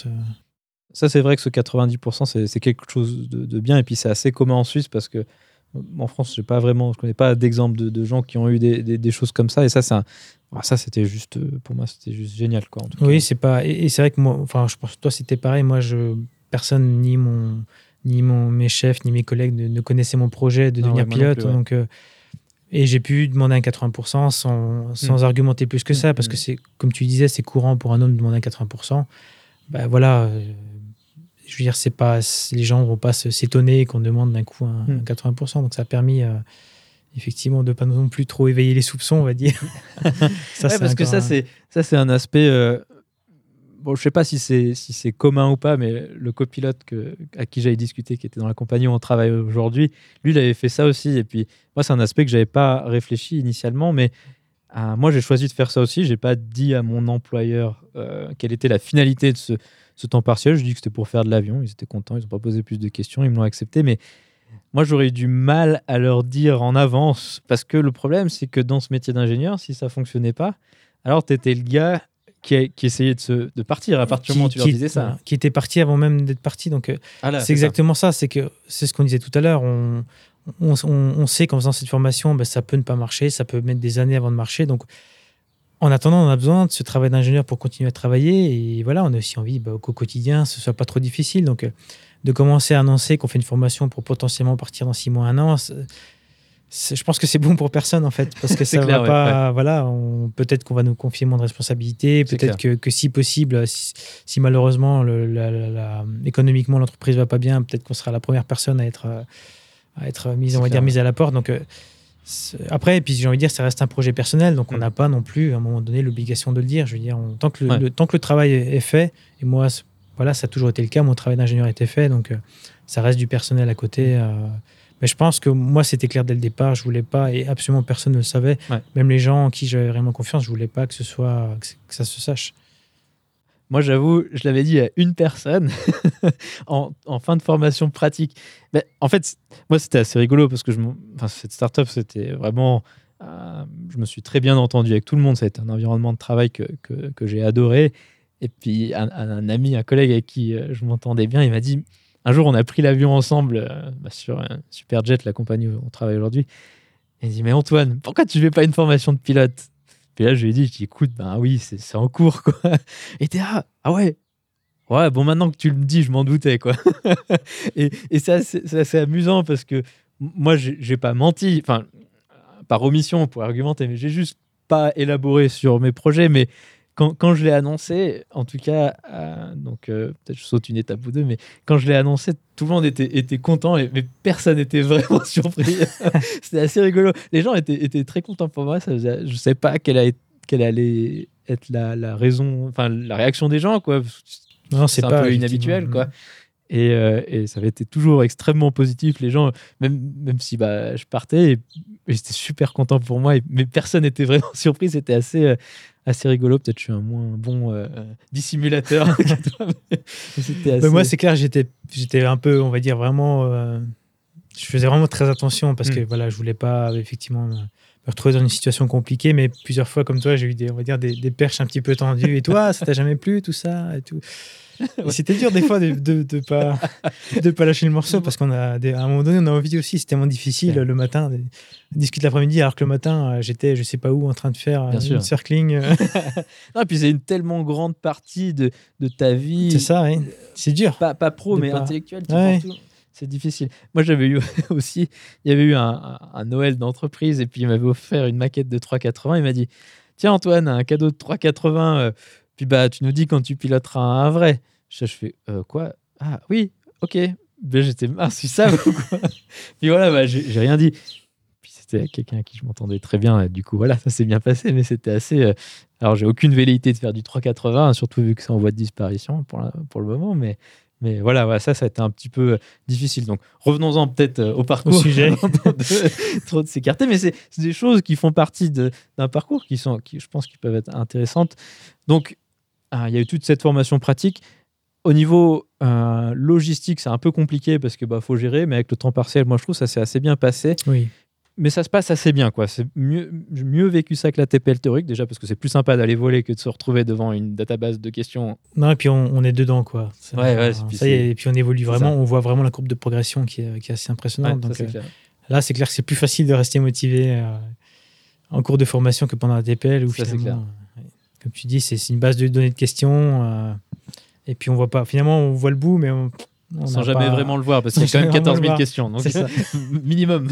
Ça, c'est vrai que ce quatre-vingt-dix pour cent, c'est, c'est quelque chose de, de bien. Et puis, c'est assez commun en Suisse parce que en France, je ne connais pas d'exemple de, de gens qui ont eu des, des, des choses comme ça. Et ça, c'est un, ça, c'était juste, pour moi, c'était juste génial, quoi, en tout cas. Oui, c'est pas. Et, et c'est vrai que moi, enfin, je pense que toi, c'était pareil. Moi, je, personne, ni mon, ni mon, mes chefs, ni mes collègues ne, ne connaissaient mon projet de non, devenir ouais, pilote. Plus, ouais. Donc, euh, et j'ai pu demander un quatre-vingts pour cent sans, sans mmh. argumenter plus que ça, mmh. parce que c'est, comme tu disais, c'est courant pour un homme de demander un quatre-vingts pour cent. Ben voilà. Euh, je veux dire, c'est pas, les gens ne vont pas s'étonner qu'on demande d'un coup un, mmh. un quatre-vingts pour cent. Donc, ça a permis. Euh, effectivement, de ne pas non plus trop éveiller les soupçons, on va dire. ça, ouais, parce que ça, un... c'est, ça, c'est un aspect... Euh... Bon, je ne sais pas si c'est, si c'est commun ou pas, mais le copilote que, à qui j'avais discuté, qui était dans la compagnie où on travaille aujourd'hui, lui, il avait fait ça aussi. Et puis, moi, c'est un aspect que je n'avais pas réfléchi initialement, mais euh, moi, j'ai choisi de faire ça aussi. Je n'ai pas dit à mon employeur euh, quelle était la finalité de ce, ce temps partiel. Je dis que c'était pour faire de l'avion. Ils étaient contents, ils n'ont pas posé plus de questions, ils me l'ont accepté, mais... Moi, j'aurais eu du mal à leur dire en avance, parce que le problème, c'est que dans ce métier d'ingénieur, si ça ne fonctionnait pas, alors tu étais le gars qui, a, qui essayait de, se, de partir à partir du moment où tu leur disais ça. Qui était parti avant même d'être parti. Donc, ah là, c'est, c'est exactement ça. ça. C'est, que, c'est ce qu'on disait tout à l'heure. On, on, on, on sait qu'en faisant cette formation, ben, ça peut ne pas marcher, ça peut mettre des années avant de marcher. Donc, en attendant, on a besoin de ce travail d'ingénieur pour continuer à travailler. Et voilà, on a aussi envie ben, qu'au quotidien, ce ne soit pas trop difficile. Donc, de commencer à annoncer qu'on fait une formation pour potentiellement partir dans six mois, un an, c'est, c'est, je pense que c'est bon pour personne en fait, parce que ça clair, va ouais, pas, ouais. voilà, on, peut-être qu'on va nous confier moins de responsabilités, peut-être que, que si possible, si, si malheureusement le, la, la, la, économiquement l'entreprise va pas bien, peut-être qu'on sera la première personne à être, à être mise, c'est on va clair, dire, mise à la porte. Donc après, et puis j'ai envie de dire, ça reste un projet personnel, donc mmh. on n'a pas non plus à un moment donné l'obligation de le dire. Je veux dire, on, tant que le, ouais. le, tant que le travail est fait, et moi voilà, ça a toujours été le cas. Mon travail d'ingénieur était fait, donc euh, ça reste du personnel à côté. Euh, mais je pense que moi, c'était clair dès le départ. Je voulais pas, et absolument personne ne le savait. Ouais. Même les gens en qui j'avais vraiment confiance, je voulais pas que ce soit, que ça se sache. Moi, j'avoue, je l'avais dit à une personne en, en fin de formation pratique. Mais en fait, moi, c'était assez rigolo parce que je, enfin, cette start-up, c'était vraiment. Euh, je me suis très bien entendu avec tout le monde. Ça a été un environnement de travail que, que, que j'ai adoré. Et puis, un, un ami, un collègue avec qui euh, je m'entendais bien, il m'a dit, un jour, on a pris l'avion ensemble euh, bah, sur un Superjet, la compagnie où on travaille aujourd'hui. Et il dit, mais Antoine, pourquoi tu ne fais pas une formation de pilote ? Puis là, je lui ai dit, je dis, écoute, ben oui, c'est, c'est en cours, quoi. Et t'es ah, ah ouais, ouais, bon, maintenant que tu le dis, je m'en doutais, quoi. et et c'est, assez, c'est assez amusant parce que moi, j'ai, j'ai pas menti, enfin, par omission, on pourrait argumenter, mais j'ai juste pas élaboré sur mes projets, mais Quand, quand je l'ai annoncé, en tout cas, euh, donc euh, peut-être je saute une étape ou deux, mais quand je l'ai annoncé, tout le monde était, était content, et, mais personne n'était vraiment surpris. C'était assez rigolo. Les gens étaient, étaient très contents pour moi. Ça faisait, je ne savais pas quelle, a, quelle allait être la, la raison, enfin la réaction des gens, quoi. Non, c'est, c'est un pas peu inhabituel, quoi. Et, euh, et ça avait été toujours extrêmement positif. Les gens, même, même si bah, je partais, et, et j'étais super content pour moi, et, mais personne n'était vraiment surpris. C'était assez, euh, assez rigolo. Peut-être que je suis un moins bon euh, dissimulateur que toi. Mais c'était assez... mais moi, c'est clair, j'étais, j'étais un peu, on va dire, vraiment... Euh, je faisais vraiment très attention parce mmh. que voilà, je voulais pas, effectivement... me retrouver dans une situation compliquée, mais plusieurs fois, comme toi, j'ai eu des, on va dire, des, des perches un petit peu tendues. Et toi, ça t'a jamais plu, tout ça et tout. Ouais. C'était dur des fois de de, de pas de pas lâcher le morceau parce qu'on a des, à un moment donné on a envie aussi, c'est tellement difficile ouais. le matin de discuter l'après-midi alors que le matin j'étais je sais pas où en train de faire Bien une sûr. circling. Non, et puis c'est une tellement grande partie de de ta vie. C'est ça, oui. C'est dur. Pas pas pro mais pas... intellectuel. Ouais. C'est difficile. Moi, j'avais eu aussi, il y avait eu un, un, un Noël d'entreprise et puis il m'avait offert une maquette de trois quatre-vingts. Il m'a dit, tiens Antoine, un cadeau de trois quatre-vingts. Euh, Puis bah, tu nous dis quand tu piloteras un vrai. Je, je fais euh, quoi ? Ah oui, ok. Ben, j'étais insuissable. Puis voilà, bah, j'ai, j'ai rien dit. Puis c'était quelqu'un à qui je m'entendais très bien. Et du coup, voilà, ça s'est bien passé, mais c'était assez. Euh... Alors, j'ai aucune velléité de faire du trois quatre-vingts, surtout vu que c'est en voie de disparition pour, la, pour le moment. Mais, mais voilà, voilà, ça, ça a été un petit peu difficile. Donc, revenons-en peut-être au parcours. Au sujet. de, trop de s'écarter. Mais c'est, c'est des choses qui font partie de, d'un parcours qui, sont, qui, je pense, qui peuvent être intéressantes. Donc, il y a eu toute cette formation pratique. Au niveau euh, logistique, c'est un peu compliqué parce que bah, faut gérer, mais avec le temps partiel, moi je trouve ça s'est assez bien passé. Oui. Mais ça se passe assez bien, quoi. C'est mieux, mieux vécu ça que la T P L théorique, déjà parce que c'est plus sympa d'aller voler que de se retrouver devant une database de questions. Non, et puis on, on est dedans, quoi. Ça, Ouais, ouais, ça puis y c'est- est, et puis on évolue c'est vraiment, ça. on voit vraiment la courbe de progression qui est, qui est assez impressionnante. Ouais, ça, donc, c'est euh, clair. là, c'est clair que c'est plus facile de rester motivé euh, en cours de formation que pendant la T P L où Ça, c'est finalement, euh, ouais, comme tu dis, c'est, c'est une base de données de questions. euh, et puis on voit pas. Finalement, on voit le bout, mais on, on Sans n'a jamais pas- vraiment le voir, parce qu'il y a Sans quand même jamais vraiment quatorze le mille voir. questions. Donc C'est ça. minimum.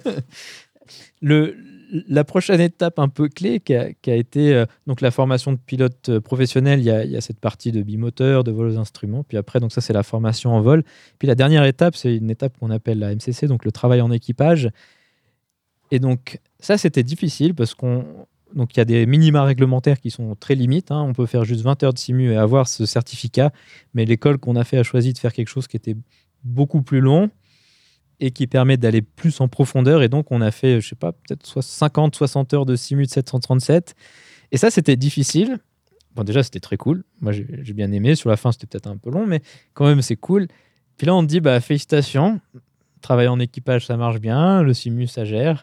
Le, la prochaine étape un peu clé qui a, qui a été euh, donc la formation de pilote euh, professionnel, il y, a, il y a cette partie de bimoteur, de vol aux instruments, puis après donc ça c'est la formation en vol. Puis la dernière étape, c'est une étape qu'on appelle la M C C, donc le travail en équipage. Et donc ça c'était difficile parce qu'on donc il y a des minima réglementaires qui sont très limites, hein. On peut faire juste vingt heures de simu et avoir ce certificat, mais l'école qu'on a fait a choisi de faire quelque chose qui était beaucoup plus long et qui permet d'aller plus en profondeur. Et donc, on a fait, je sais pas, peut-être cinquante, soixante heures de simu de sept cent trente-sept. Et ça, c'était difficile. Bon, déjà, c'était très cool. Moi, j'ai, j'ai bien aimé. Sur la fin, c'était peut-être un peu long, mais quand même, c'est cool. Puis là, on te dit, bah, félicitations. Travailler en équipage, ça marche bien. Le simu, ça gère.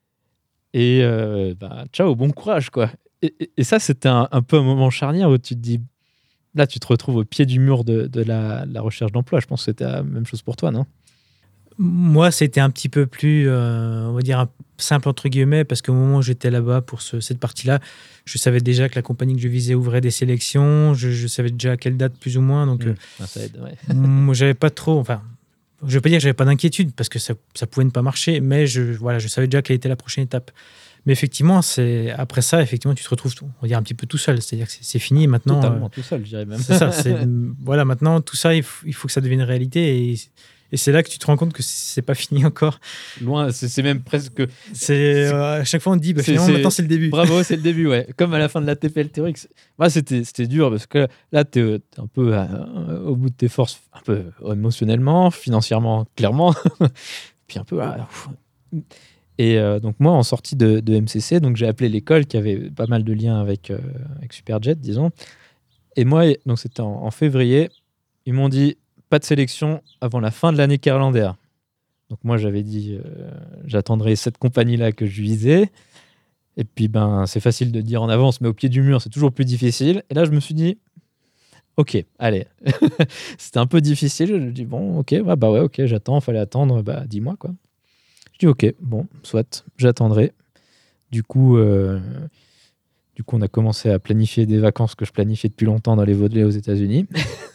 Et euh, bah, ciao, bon courage, quoi. Et, et, et ça, c'était un, un peu un moment charnière où tu te dis, là, tu te retrouves au pied du mur de, de la, la recherche d'emploi. Je pense que c'était la même chose pour toi, non ? Moi, c'était un petit peu plus, euh, on va dire, un- simple entre guillemets, parce qu'au moment où j'étais là-bas pour ce- cette partie-là, je savais déjà que la compagnie que je visais ouvrait des sélections, je, je savais déjà à quelle date plus ou moins, donc Mmh. euh, Ah, ça aide, ouais. moi, j'avais pas trop, enfin, je vais pas dire que j'avais pas d'inquiétude, parce que ça, ça pouvait ne pas marcher, mais je, voilà, je savais déjà quelle était la prochaine étape. Mais effectivement, c'est après ça, effectivement, tu te retrouves, tout- on va dire un petit peu tout seul, c'est-à-dire que c'est, c'est fini maintenant. Totalement euh, tout seul, je dirais même. c'est ça, c'est, voilà, maintenant tout ça, il faut, il faut que ça devienne réalité, et, et c'est là que tu te rends compte que c'est pas fini encore. Loin, c'est, c'est même presque. C'est euh, à chaque fois on te dit bah, C'est- finalement c'est- maintenant c'est le début. Bravo, c'est le début, ouais. Comme à la fin de la T P L théorique. c'est- Moi, c'était, c'était dur parce que là, t'es, euh, t'es un peu euh, au bout de tes forces, un peu émotionnellement, financièrement, clairement. Puis un peu. ah, pff. Et euh, donc, moi, en sortie de, de M C C, donc j'ai appelé l'école qui avait pas mal de liens avec, euh, avec Superjet, disons. Et moi, donc c'était en, en février, ils m'ont dit pas de sélection avant la fin de l'année calendaire. Donc moi, j'avais dit, euh, j'attendrai cette compagnie-là que je visais. Et puis, ben, c'est facile de dire en avance, mais au pied du mur, c'est toujours plus difficile. Et là, je me suis dit, ok, allez. C'était un peu difficile. Je dis, bon, ok, ouais, bah ouais, ok, j'attends, fallait attendre, bah, dix mois, quoi. Je dis, ok, bon, soit, j'attendrai. Du coup, euh, du coup, on a commencé à planifier des vacances que je planifiais depuis longtemps dans les volets aux États-Unis.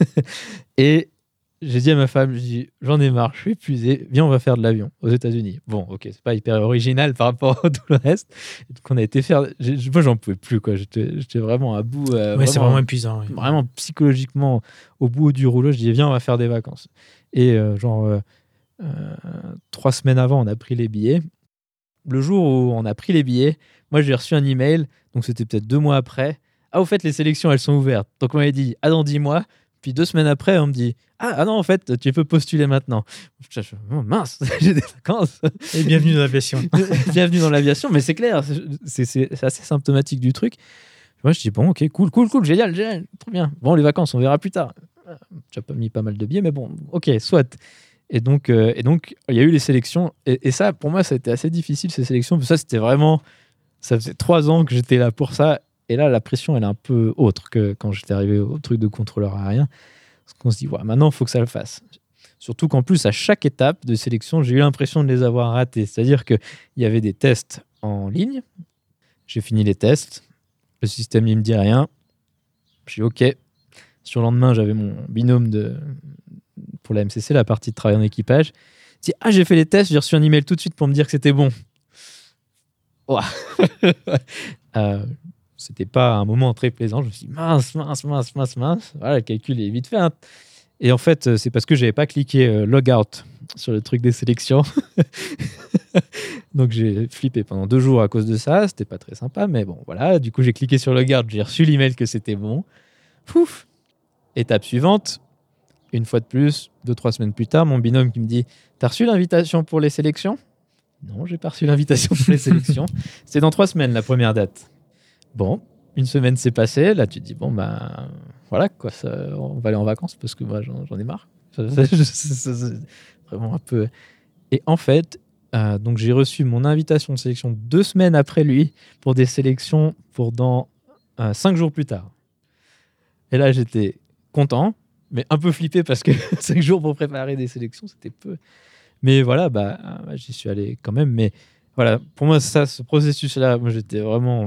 Et j'ai dit à ma femme, j'ai dit, j'en ai marre, je suis épuisé, viens, on va faire de l'avion aux États-Unis. Bon, ok, c'est pas hyper original par rapport à tout le reste. Et donc, on a été faire. j'ai- Moi, j'en pouvais plus, quoi. J'étais, j'étais vraiment à bout. euh, Ouais, c'est vraiment épuisant. ouais. vraiment psychologiquement au bout du rouleau. Je dis, viens, on va faire des vacances. Et euh, genre, euh, euh, trois semaines avant, on a pris les billets. Le jour où on a pris les billets, moi, j'ai reçu un email. Donc, c'était peut-être deux mois après. Ah, au fait, les sélections, elles sont ouvertes. Donc, on m'avait dit, ah, dans dix mois. Puis deux semaines après, on me dit, ah, ah non, en fait, tu peux postuler maintenant. Je fais, oh, mince, j'ai des vacances. Et bienvenue dans l'aviation. Bienvenue dans l'aviation, mais c'est clair, c'est, c'est, c'est assez symptomatique du truc. Moi, je dis, bon, ok, cool, cool, cool, génial, génial, trop bien. Bon, les vacances, on verra plus tard. Tu as pas mis pas mal de billets, mais bon, ok, soit. Et donc, euh, et donc, il y a eu les sélections. Et, et ça, pour moi, ça a été assez difficile, ces sélections. Parce que ça, c'était vraiment. Ça faisait trois ans que j'étais là pour ça. Et là, la pression, elle est un peu autre que quand j'étais arrivé au truc de contrôleur aérien. Parce qu'on se dit, ouais, maintenant, il faut que ça le fasse. Surtout qu'en plus, à chaque étape de sélection, j'ai eu l'impression de les avoir ratés. C'est-à-dire qu'il y avait des tests en ligne. J'ai fini les tests. Le système, il me dit rien. Je dis OK. Sur le lendemain, j'avais mon binôme de... pour la M C C, la partie de travail en équipage. Il dit, ah, j'ai fait les tests, j'ai reçu un email tout de suite pour me dire que c'était bon. Ouah. euh, c'était pas un moment très plaisant. Je me suis dit, mince, mince, mince, mince, mince. Voilà, le calcul est vite fait. Hein. Et en fait, c'est parce que j'avais pas cliqué euh, logout sur le truc des sélections. Donc j'ai flippé pendant deux jours à cause de ça. C'était pas très sympa, mais bon, voilà. Du coup, j'ai cliqué sur logout, j'ai reçu l'email que c'était bon. Pouf. Étape suivante. Une fois de plus, deux, trois semaines plus tard, mon binôme qui me dit, t'as reçu l'invitation pour les sélections ? Non, j'ai pas reçu l'invitation pour les sélections. C'est dans trois semaines, la première date. Bon, une semaine s'est passée. Là, tu te dis, bon, bah, voilà, quoi, ça, on va aller en vacances parce que moi, j'en, j'en ai marre. Ça, ça, ça, ça, c'est vraiment un peu... Et en fait, euh, donc j'ai reçu mon invitation de sélection deux semaines après lui pour des sélections pour dans euh, cinq jours plus tard. Et là, j'étais content, mais un peu flippé parce que cinq jours pour préparer des sélections, c'était peu. Mais voilà, bah, euh, j'y suis allé quand même. Mais voilà, pour moi, ça, ce processus-là, moi, j'étais vraiment... Euh,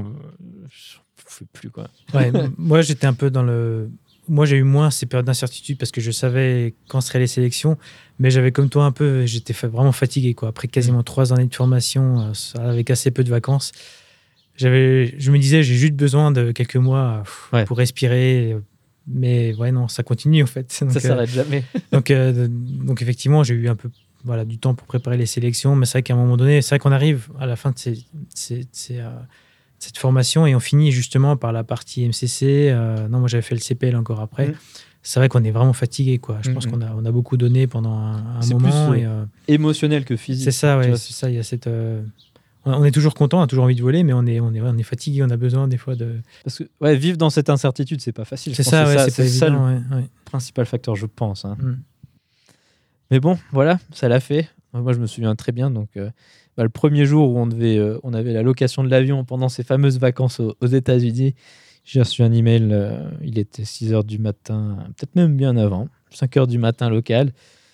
je ne pouvais plus, quoi. Ouais, moi, j'étais un peu dans le... Moi, j'ai eu moins ces périodes d'incertitude parce que je savais quand seraient les sélections, mais j'avais comme toi un peu, j'étais fa- vraiment fatigué, quoi. Après quasiment trois années de formation, euh, avec assez peu de vacances, j'avais, je me disais, j'ai juste besoin de quelques mois pff, Ouais. pour respirer. euh, Mais ouais, non, ça continue en fait. Donc, Ça euh, s'arrête jamais. donc, euh, donc effectivement, j'ai eu un peu voilà, du temps pour préparer les sélections, mais c'est vrai qu'à un moment donné, c'est vrai qu'on arrive à la fin de ces, ces- ces, euh, cette formation et on finit justement par la partie M C C. Euh, non, moi j'avais fait le C P L encore après. Mm. C'est vrai qu'on est vraiment fatigué, quoi. Je Mm, pense mm. qu'on a, on a beaucoup donné pendant un, un C'est moment. plus, euh, et, euh, Émotionnel que physique. c'est ça, tu ouais, vois, c'est ça. Il y a cette, euh, on on est toujours content, on a toujours envie de voler, mais on est, on est, ouais, on est fatigué, on a besoin des fois de. Parce que ouais, vivre dans cette incertitude, c'est pas facile. Je C'est pense ça, que ouais, c'est, c'est pas ça le évident. Ouais, ouais. principal facteur, je pense. Hein. Mm. Mais bon, voilà, ça l'a fait. Moi, je me souviens très bien. Donc, euh, bah, le premier jour où on, devait, euh, on avait la location de l'avion pendant ces fameuses vacances aux, aux États-Unis, j'ai reçu un email. Euh, il était six heures du matin, peut-être même bien avant, cinq heures du matin local.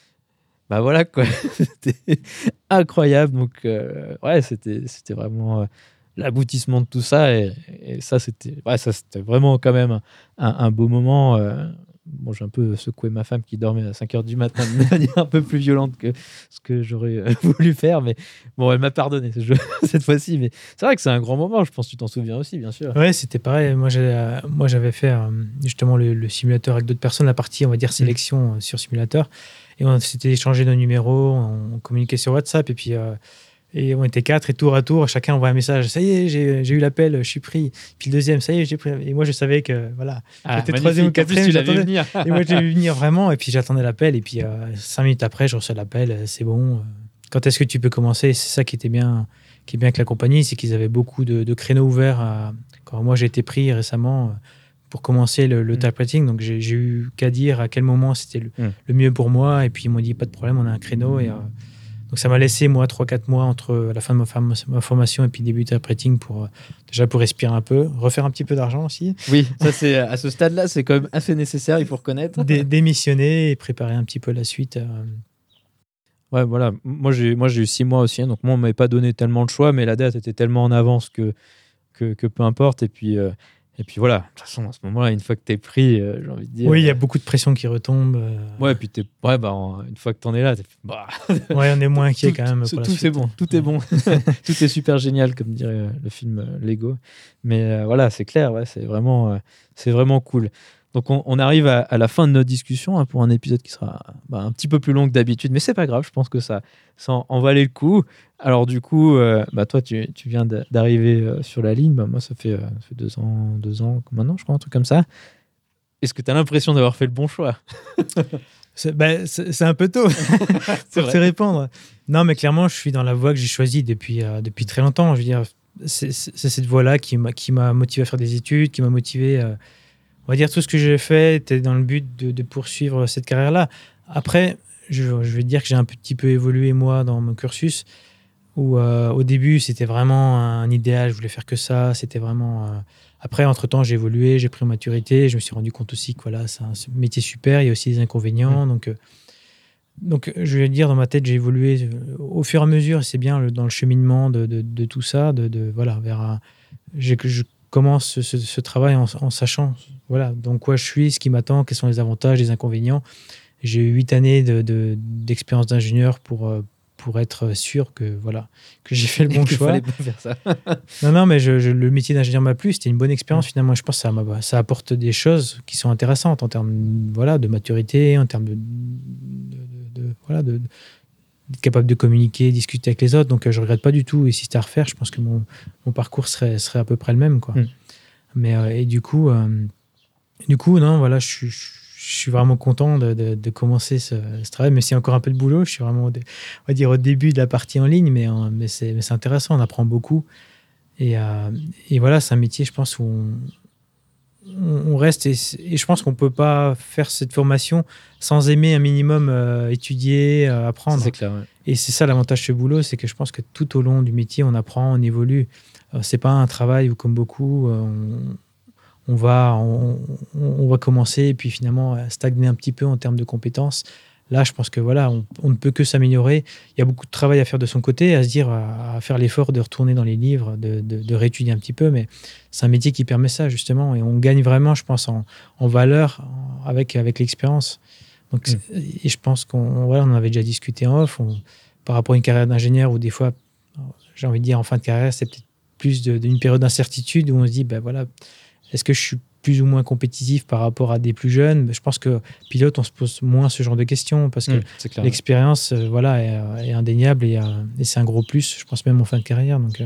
Bah voilà, quoi. C'était incroyable. Donc, euh, ouais, c'était, c'était vraiment euh, l'aboutissement de tout ça. Et, et ça, c'était, ouais, ça, c'était vraiment quand même un, un beau moment. euh, Bon, j'ai un peu secoué ma femme qui dormait à cinq heures du matin de manière un peu plus violente que ce que j'aurais euh, voulu faire. Mais bon, elle m'a pardonné ce jeu, cette fois-ci. Mais c'est vrai que c'est un grand moment. Je pense que tu t'en souviens aussi, bien sûr. Ouais, c'était pareil. Moi, j'ai, euh, moi, j'avais fait euh, justement le, le simulateur avec d'autres personnes, la partie, on va dire, sélection euh, sur simulateur. Et on s'était échangé nos numéros, on communiquait sur WhatsApp. Et puis, euh, et on était quatre. Et tour à tour, chacun envoie un message. Ça y est, j'ai, j'ai eu l'appel, je suis pris. Puis le deuxième, ça y est, j'ai pris. Et moi, je savais que, voilà, Ah, j'étais magnifique. troisième ou En plus, quatrième. tu l'avais j'attendais- venir. Et moi, j'ai vu venir vraiment. Et puis, j'attendais l'appel. Et puis, euh, cinq minutes après, je reçois l'appel. euh, C'est bon. euh, Quand est-ce que tu peux commencer? Et c'est ça qui était bien, qui est bien avec la compagnie, c'est qu'ils avaient beaucoup de, de créneaux ouverts. à- Quand moi, j'ai été pris récemment euh, pour commencer le, le Mm. typewriting. Donc, j'ai j'ai eu qu'à dire à quel moment c'était le, Mm. le mieux pour moi. Et puis, ils m'ont dit, pas de problème, on a un créneau. Et, euh, donc, ça m'a laissé, moi, trois quatre mois entre la fin de ma, form- ma formation et puis début du typewriting pour, euh, déjà pour respirer un peu, refaire un petit peu d'argent aussi, Oui, ça c'est à ce stade-là, c'est quand même assez nécessaire. Il faut reconnaître. dé- démissionner et préparer un petit peu la suite. euh. Ouais, voilà. Moi, j'ai, moi, j'ai eu six mois aussi. hein, donc, moi, on m'avait pas donné tellement de choix, mais la date était tellement en avance que, que, que peu importe. Et puis, euh, et puis voilà. De toute façon, à ce moment-là, une fois que t'es pris, euh, j'ai envie de dire. Oui, il y a euh, beaucoup de pression qui retombe. euh. Ouais, puis t'es, ouais, bah, en- une fois que t'en es là, t'es, bah, Ouais, on est moins inquiet tout, quand même. tout, pour la tout suite. c'est bon, tout est bon, tout est super génial, comme dirait euh, le film euh, Lego. Mais euh, voilà, c'est clair, ouais, c'est vraiment, euh, c'est vraiment cool. Donc on, on arrive à, à la fin de notre discussion hein, pour un épisode qui sera bah, un petit peu plus long que d'habitude, mais c'est pas grave, je pense que ça, ça en, en valait le coup. Alors du coup, euh, bah, toi tu, tu viens d'a- d'arriver euh, sur la ligne, bah, moi ça fait, euh, ça fait deux ans, deux ans maintenant, je crois, un truc comme ça. Est-ce que tu as l'impression d'avoir fait le bon choix? C'est bah, c'est- c'est un peu tôt pour te répondre. Non, mais clairement, je suis dans la voie que j'ai choisie depuis, euh, depuis très longtemps. Je veux dire, c'est c'est- c'est cette voie-là qui m'a qui m'a motivé à faire des études, qui m'a motivé. euh, on va dire tout ce que j'ai fait était dans le but de, de poursuivre cette carrière-là. Après, je, je vais dire que j'ai un petit peu évolué moi dans mon cursus. Où euh, au début, c'était vraiment un idéal. Je voulais faire que ça. C'était vraiment. euh, Après, entre-temps, j'ai évolué, j'ai pris en maturité. Je me suis rendu compte aussi que voilà, c'est un métier super. Il y a aussi des inconvénients. Donc, euh, donc, je vais dire, dans ma tête, j'ai évolué euh, au fur et à mesure. C'est bien le- dans le cheminement de, de, de tout ça. De, de, voilà, vers un- j'ai- je commence ce, ce- ce travail en, en sachant voilà, dans quoi je suis, ce qui m'attend, quels sont les avantages, les inconvénients. J'ai eu huit années de, de- d'expérience d'ingénieur pour, euh, pour être sûr que, voilà, que j'ai fait le bon Qu'il choix. fallait pas faire ça. Non, non, mais je, je- le métier d'ingénieur m'a plu. C'était une bonne expérience, finalement. Je pense que ça, m'a- ça apporte des choses qui sont intéressantes en termes voilà, de maturité, en termes de, de, de- de- voilà, de, d'être capable de communiquer, discuter avec les autres. Donc, euh, je ne regrette pas du tout. Et si c'était à refaire, je pense que mon, mon parcours serait, serait à peu près le même. Quoi. Mm. Mais, euh, et du coup, euh, du coup, non, voilà, je suis, je suis vraiment content de, de- de commencer ce, ce travail, mais c'est encore un peu de boulot. Je suis vraiment, au dé- on va dire, au début de la partie en ligne, mais, euh, mais, c'est, mais c'est intéressant, on apprend beaucoup. Et, euh, et voilà, c'est un métier, je pense, où on, on, on reste et, et je pense qu'on peut pas faire cette formation sans aimer un minimum euh, étudier, euh, apprendre. Ça, c'est clair, ouais. Et c'est ça l'avantage de ce boulot, c'est que je pense que tout au long du métier, on apprend, on évolue. Euh, c'est pas un travail où, comme beaucoup, euh, on, on va, on, on va commencer et puis finalement euh, stagner un petit peu en termes de compétences. Là, je pense que voilà, on, on ne peut que s'améliorer. Il y a beaucoup de travail à faire de son côté, à se dire, à, à faire l'effort de retourner dans les livres, de, de, de réétudier un petit peu. Mais c'est un métier qui permet ça, justement. Et on gagne vraiment, je pense, en, en valeur avec, avec l'expérience. Donc, Mm. Et je pense qu'on voilà, on en avait déjà discuté en off. On, par rapport à une carrière d'ingénieur où des fois, j'ai envie de dire, en fin de carrière, c'est peut-être plus de- d'une période d'incertitude où on se dit, ben voilà, est-ce que je suis plus ou moins compétitif par rapport à des plus jeunes? Je pense que pilote, on se pose moins ce genre de questions parce que Mm, c'est clair. l'expérience, euh, voilà, est, est indéniable et, euh, et c'est un gros plus, je pense même en fin de carrière. Donc, euh,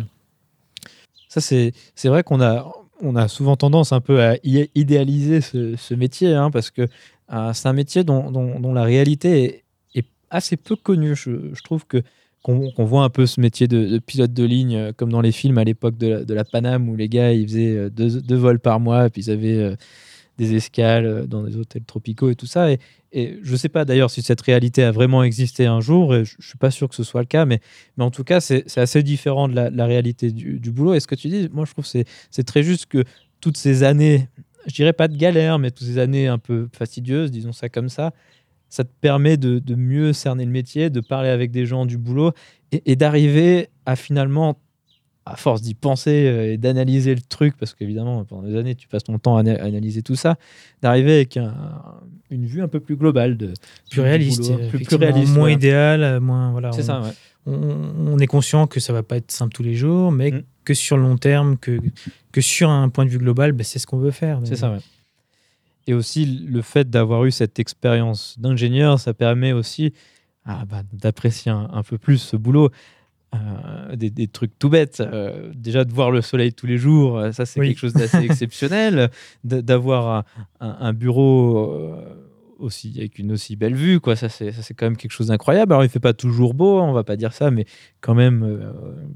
Ça, c'est, c'est vrai qu'on a, on a souvent tendance un peu à i- idéaliser ce, ce métier, hein, parce que euh, c'est un métier dont, dont- dont la réalité est, est assez peu connue. Je, je trouve que qu'on, qu'on voit un peu ce métier de, de pilote de ligne, euh, comme dans les films à l'époque de la, de la Paname, où les gars, ils faisaient euh, deux, deux vols par mois, et puis ils avaient euh, des escales euh, dans des hôtels tropicaux et tout ça. Et, et je ne sais pas d'ailleurs si cette réalité a vraiment existé un jour, et je ne suis pas sûr que ce soit le cas, mais, mais en tout cas, c'est c'est assez différent de la, la réalité du, du boulot. Et ce que tu dis, moi, je trouve que c'est c'est très juste que toutes ces années, je dirais pas de galère, mais toutes ces années un peu fastidieuses, disons ça comme ça, ça te permet de, de mieux cerner le métier, de parler avec des gens du boulot et, et d'arriver à finalement, à force d'y penser euh, et d'analyser le truc, parce qu'évidemment, pendant des années, tu passes ton temps à ana- analyser tout ça, d'arriver avec un- une vue un peu plus globale de, plus du réaliste, boulot, plus, plus effectivement, réaliste. moins Voilà. idéal, euh, moins voilà. C'est on, ça, ouais. on, on est conscient que ça va pas être simple tous les jours, mais Mm. que sur le long terme, que, que sur un point de vue global, ben, c'est ce qu'on veut faire. C'est ça, ouais. Et aussi, le fait d'avoir eu cette expérience d'ingénieur, ça permet aussi ah, bah, d'apprécier un, un peu plus ce boulot. Euh, des, des trucs tout bêtes. Euh, déjà, de voir le soleil tous les jours, euh, ça, c'est Oui. quelque chose d'assez exceptionnel. D- D'avoir un, un- un bureau euh, aussi, avec une aussi belle vue, quoi, ça, c'est ça, c'est quand même quelque chose d'incroyable. Alors, il fait pas toujours beau, hein, on va pas dire ça, mais quand même, euh,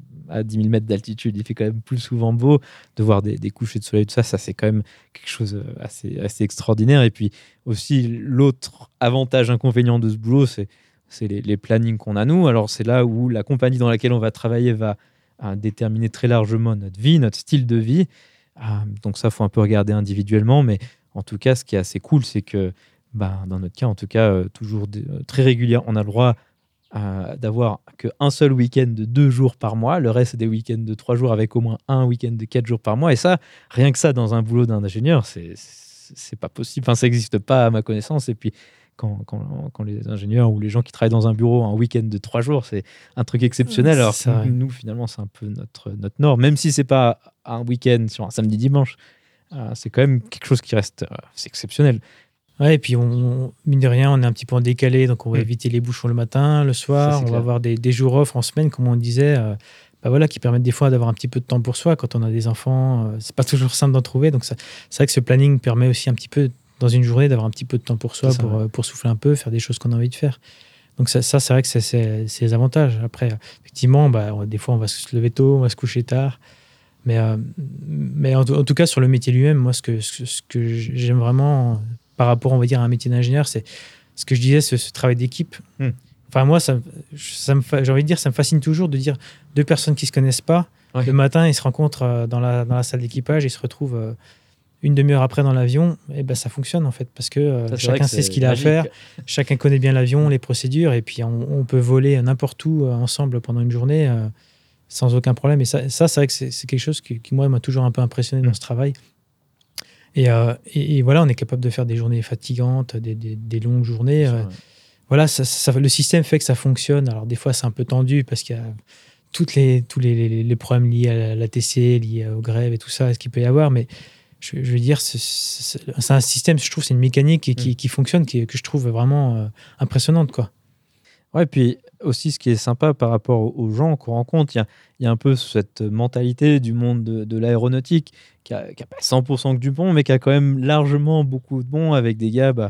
à dix mille mètres d'altitude, il fait quand même plus souvent beau. De voir des, des couchers de soleil, tout ça, ça, c'est quand même quelque chose euh, assez, assez extraordinaire. Et puis, aussi, l'autre avantage, inconvénient de ce boulot, c'est c'est les, les plannings qu'on a nous. Alors c'est là où la compagnie dans laquelle on va travailler va euh, déterminer très largement notre vie, notre style de vie. Euh, donc ça, faut un peu regarder individuellement. Mais en tout cas, ce qui est assez cool, c'est que bah, dans notre cas, en tout cas, euh, toujours de- euh, très régulier, on a le droit euh, d'avoir qu'un seul week-end de deux jours par mois. Le reste, c'est des week-ends de trois jours avec au moins un week-end de quatre jours par mois. Et ça, rien que ça, dans un boulot d'un ingénieur, c'est c'est pas possible. Enfin, ça n'existe pas à ma connaissance. Et puis, quand, quand, quand les ingénieurs ou les gens qui travaillent dans un bureau un week-end de trois jours, c'est un truc exceptionnel. C'est Alors ça, que ouais. nous, finalement, c'est un peu notre, notre norme. Même si c'est pas un week-end sur un samedi-dimanche, euh, c'est quand même quelque chose qui reste euh, c'est exceptionnel. Ouais, et puis, on, mine de rien, on est un petit peu en décalé, donc on va Mm. éviter les bouchons le matin, le soir. Ça, c'est On va clair. avoir des, des jours off en semaine, comme on disait, euh, bah voilà, qui permettent des fois d'avoir un petit peu de temps pour soi. Quand on a des enfants, euh, c'est pas toujours simple d'en trouver. Donc, ça- c'est vrai que ce planning permet aussi un petit peu, dans une journée, d'avoir un petit peu de temps pour soi, C'est ça, pour, ouais. euh, pour souffler un peu, faire des choses qu'on a envie de faire. Donc, ça, ça, c'est vrai que c'est- c'est c'est les avantages. Après, euh, effectivement, bah, on- des fois, on va se lever tôt, on va se coucher tard. Mais, euh, mais en, tout- en tout cas, sur le métier lui-même, moi, ce que, ce, ce que j'aime vraiment euh, par rapport, on va dire, à un métier d'ingénieur, c'est ce que je disais, ce, ce travail d'équipe. Hmm. Enfin, moi, ça, me- ça me, fa- j'ai envie de dire, ça me fascine toujours de dire deux personnes qui se connaissent pas. Ouais. Le matin, ils se rencontrent euh, dans la, dans la salle d'équipage, ils se retrouvent euh, une demi-heure après dans l'avion. Et ben, ça fonctionne, en fait, parce que euh, Ça, c'est vrai chacun que sait c'est ce qu'il a magique. à faire, chacun connaît bien l'avion, les procédures, et puis on, on peut voler n'importe où euh, ensemble pendant une journée. euh, sans aucun problème. Et ça, ça c'est vrai que c'est c'est quelque chose qui, qui, moi, m'a toujours un peu impressionné dans Mm. ce travail. Et, euh, et, et voilà, on est capable de faire des journées fatigantes, des, des, des longues journées. Bien euh, sûr, ouais. voilà, ça, ça- le système fait que ça fonctionne. Alors, des fois, c'est un peu tendu parce qu'il y a toutes les, tous les, les, les problèmes liés à l'A T C, liés aux grèves et tout ça, ce qu'il peut y avoir. Mais je, je veux dire, c'est c'est- c'est un système, je trouve, c'est une mécanique qui, qui, qui fonctionne, qui, que je trouve vraiment euh, impressionnante, quoi. Ouais, puis aussi, ce qui est sympa par rapport aux- aux gens qu'on rencontre, il y a, il y a un peu cette mentalité du monde de, de l'aéronautique qui a, qui a pas cent pour cent que du bon, mais qui a quand même largement beaucoup de bon avec des gars bah,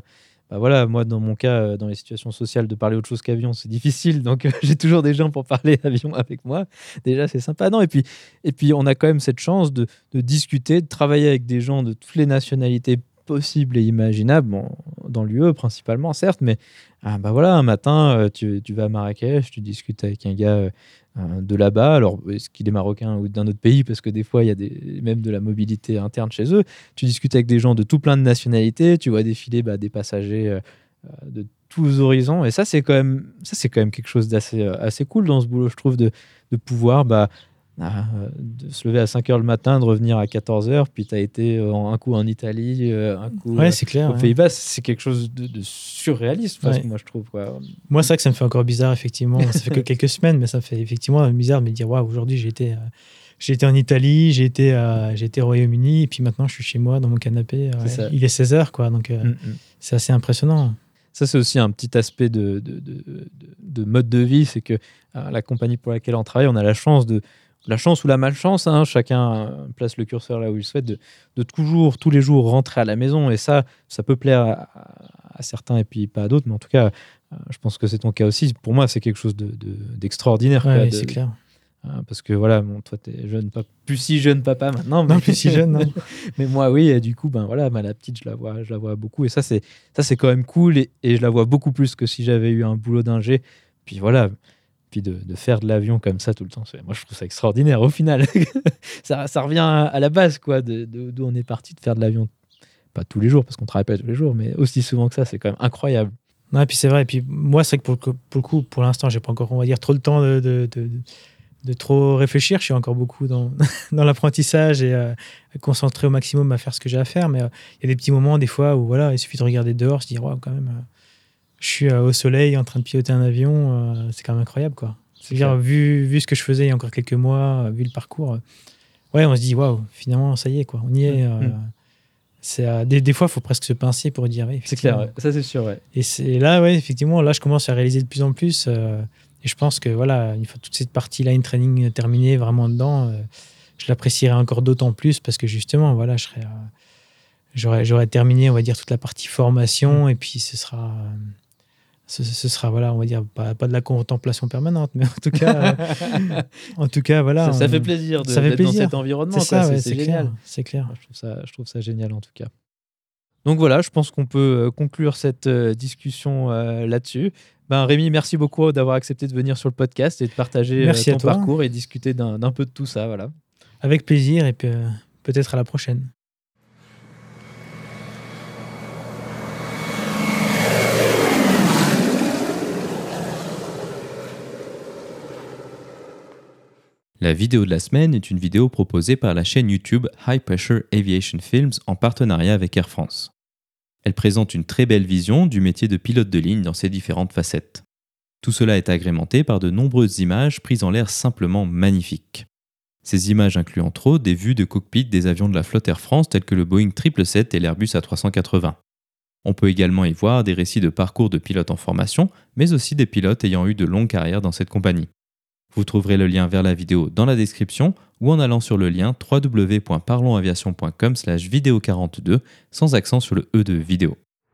bah voilà, moi, dans mon cas, euh, dans les situations sociales, de parler autre chose qu'avion, c'est difficile. Donc, euh, j'ai toujours des gens pour parler avion avec moi. Déjà, c'est sympa. Non, et puis, et puis, on a quand même cette chance de, de discuter, de travailler avec des gens de toutes les nationalités possibles et imaginables, bon, dans l'U E principalement, certes, mais ah, bah voilà, un matin, euh, tu, tu vas à Marrakech, tu discutes avec un gars euh, euh, de là-bas. Alors, est-ce qu'il est marocain ou d'un autre pays? Parce que des fois, il y a des, même de la mobilité interne chez eux. Tu discutes avec des gens de tout plein de nationalités, tu vois défiler bah, des passagers euh, euh, de tous horizons. Et ça, c'est quand même, ça, c'est quand même quelque chose d'assez euh, assez cool dans ce boulot, je trouve, de, de pouvoir bah, ah, euh, de se lever à cinq heures le matin, de revenir à quatorze heures, puis tu as été euh, un coup en Italie, euh, un coup Ouais, euh, c'est clair. aux ouais. Pays-Bas. C'est quelque chose de, de surréaliste, parce Ouais. que moi, je trouve. Quoi. Moi, c'est vrai que ça me fait encore bizarre, effectivement. Ça fait que quelques semaines, mais ça fait effectivement bizarre de me dire, waouh, aujourd'hui, j'ai été, euh, j'ai été en Italie, j'ai été, euh, j'ai été au Royaume-Uni, et puis maintenant, je suis chez moi, dans mon canapé. C'est ouais, ça. il est seize heures, quoi. Donc, euh, Mm, mm. c'est assez impressionnant. Ça, c'est aussi un petit aspect de, de, de, de- de mode de vie, c'est que euh, la compagnie pour laquelle on travaille, on a la chance de la chance ou la malchance, hein, chacun euh, place le curseur là où il souhaite, de, de toujours, tous les jours, rentrer à la maison. Et ça, ça peut plaire à, à- à certains et puis pas à d'autres, mais en tout cas, euh, je pense que c'est ton cas aussi. Pour moi, c'est quelque chose de, de- d'extraordinaire. Ouais, quoi, ouais, de- c'est clair. euh, parce que voilà, bon, toi, t'es jeune, pas plus si jeune papa maintenant, Non, mais, plus si jeune, non. mais moi, oui, et du coup, ben voilà, ben, la petite, je la vois, je la vois beaucoup, et ça, c'est ça, c'est quand même cool, et, et je la vois beaucoup plus que si j'avais eu un boulot d'ingé. Puis voilà, puis de, de faire de l'avion comme ça tout le temps, c'est- moi, je trouve ça extraordinaire. Au final, ça, ça revient à, à la base, quoi, de, de- d'où on est parti de faire de l'avion. Pas tous les jours, parce qu'on travaille pas tous les jours, mais aussi souvent que ça, c'est quand même incroyable. Non, et puis c'est vrai. Et puis moi, c'est vrai que pour, le- pour le coup, pour l'instant, j'ai pas encore, on va dire, trop le temps de, de, de, de trop réfléchir. Je suis encore beaucoup dans, dans l'apprentissage et euh, concentré au maximum à faire ce que j'ai à faire. Mais euh, il y a des petits moments, des fois, où voilà, il suffit de regarder dehors, se dire, waouh, quand même, euh, je suis euh, au soleil en train de piloter un avion. euh, c'est quand même incroyable, quoi. C'est-à-dire, vu, vu ce que je faisais il y a encore quelques mois, euh, vu le parcours, euh, ouais, on se dit, waouh, finalement, ça y est, quoi. On y est. euh, Mm. c'est, euh, des, des fois, il faut presque se pincer pour dire, oui, C'est clair, effectivement. ouais. Ça, c'est sûr, ouais. Et c'est là, ouais, effectivement, là, je commence à réaliser de plus en plus. euh, et je pense que, voilà, une fois toute cette partie line training terminée, vraiment dedans, euh, je l'apprécierai encore d'autant plus parce que, justement, voilà, je serai, euh, j'aurais, j'aurais terminé, on va dire, toute la partie formation. Et puis, ce sera, euh, ce, ce sera, voilà, on va dire, pas, pas de la contemplation permanente, mais en tout cas, euh, en tout cas, voilà. ça, ça on- fait plaisir de, ça fait d'être dans plaisir. cet environnement. C'est quoi. ça, C'est, ouais, c'est c'est génial. clair. C'est clair. Moi, je trouve ça, je trouve ça génial en tout cas. Donc voilà, je pense qu'on peut euh, conclure cette euh, discussion euh, là-dessus. Ben, Rémi, merci beaucoup d'avoir accepté de venir sur le podcast et de partager euh, Merci à ton toi. parcours et discuter d'un, d'un peu de tout ça. Voilà. Avec plaisir et puis, euh, peut-être à la prochaine. La vidéo de la semaine est une vidéo proposée par la chaîne YouTube High Pressure Aviation Films en partenariat avec Air France. Elle présente une très belle vision du métier de pilote de ligne dans ses différentes facettes. Tout cela est agrémenté par de nombreuses images prises en l'air simplement magnifiques. Ces images incluent entre autres des vues de cockpit des avions de la flotte Air France tels que le Boeing sept cent soixante-dix et l'Airbus A trois cent quatre-vingts. On peut également y voir des récits de parcours de pilotes en formation, mais aussi des pilotes ayant eu de longues carrières dans cette compagnie. Vous trouverez le lien vers la vidéo dans la description ou en allant sur le lien w w w point parlons aviation point com slash vidéo quarante-deux sans accent sur le E de vidéo.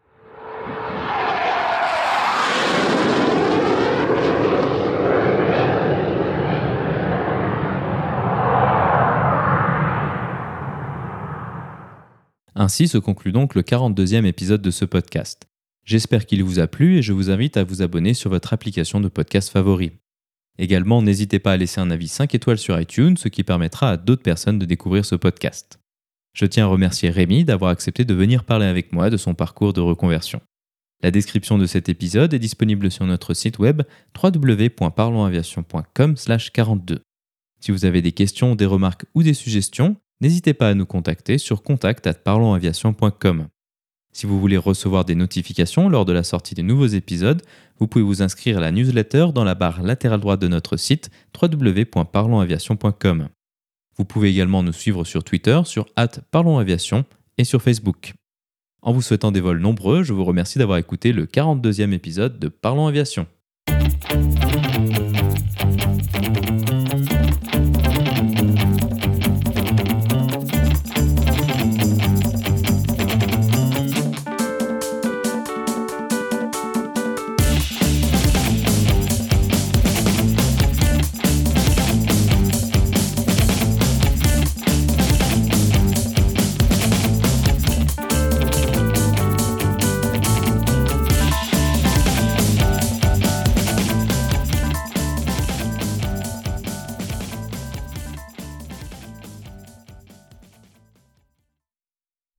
Ainsi se conclut donc le quarante-deuxième épisode de ce podcast. J'espère qu'il vous a plu et je vous invite à vous abonner sur votre application de podcast favori. Également, n'hésitez pas à laisser un avis cinq étoiles sur iTunes, ce qui permettra à d'autres personnes de découvrir ce podcast. Je tiens à remercier Rémi d'avoir accepté de venir parler avec moi de son parcours de reconversion. La description de cet épisode est disponible sur notre site web w w w point parlons aviation point com slash quarante-deux. Si vous avez des questions, des remarques ou des suggestions, n'hésitez pas à nous contacter sur contact arobase parlons aviation point com. Si vous voulez recevoir des notifications lors de la sortie des nouveaux épisodes, vous pouvez vous inscrire à la newsletter dans la barre latérale droite de notre site w w w point parlons aviation point com. Vous pouvez également nous suivre sur Twitter sur arobase parlons aviation et sur Facebook. En vous souhaitant des vols nombreux, je vous remercie d'avoir écouté le quarante-deuxième épisode de Parlons Aviation.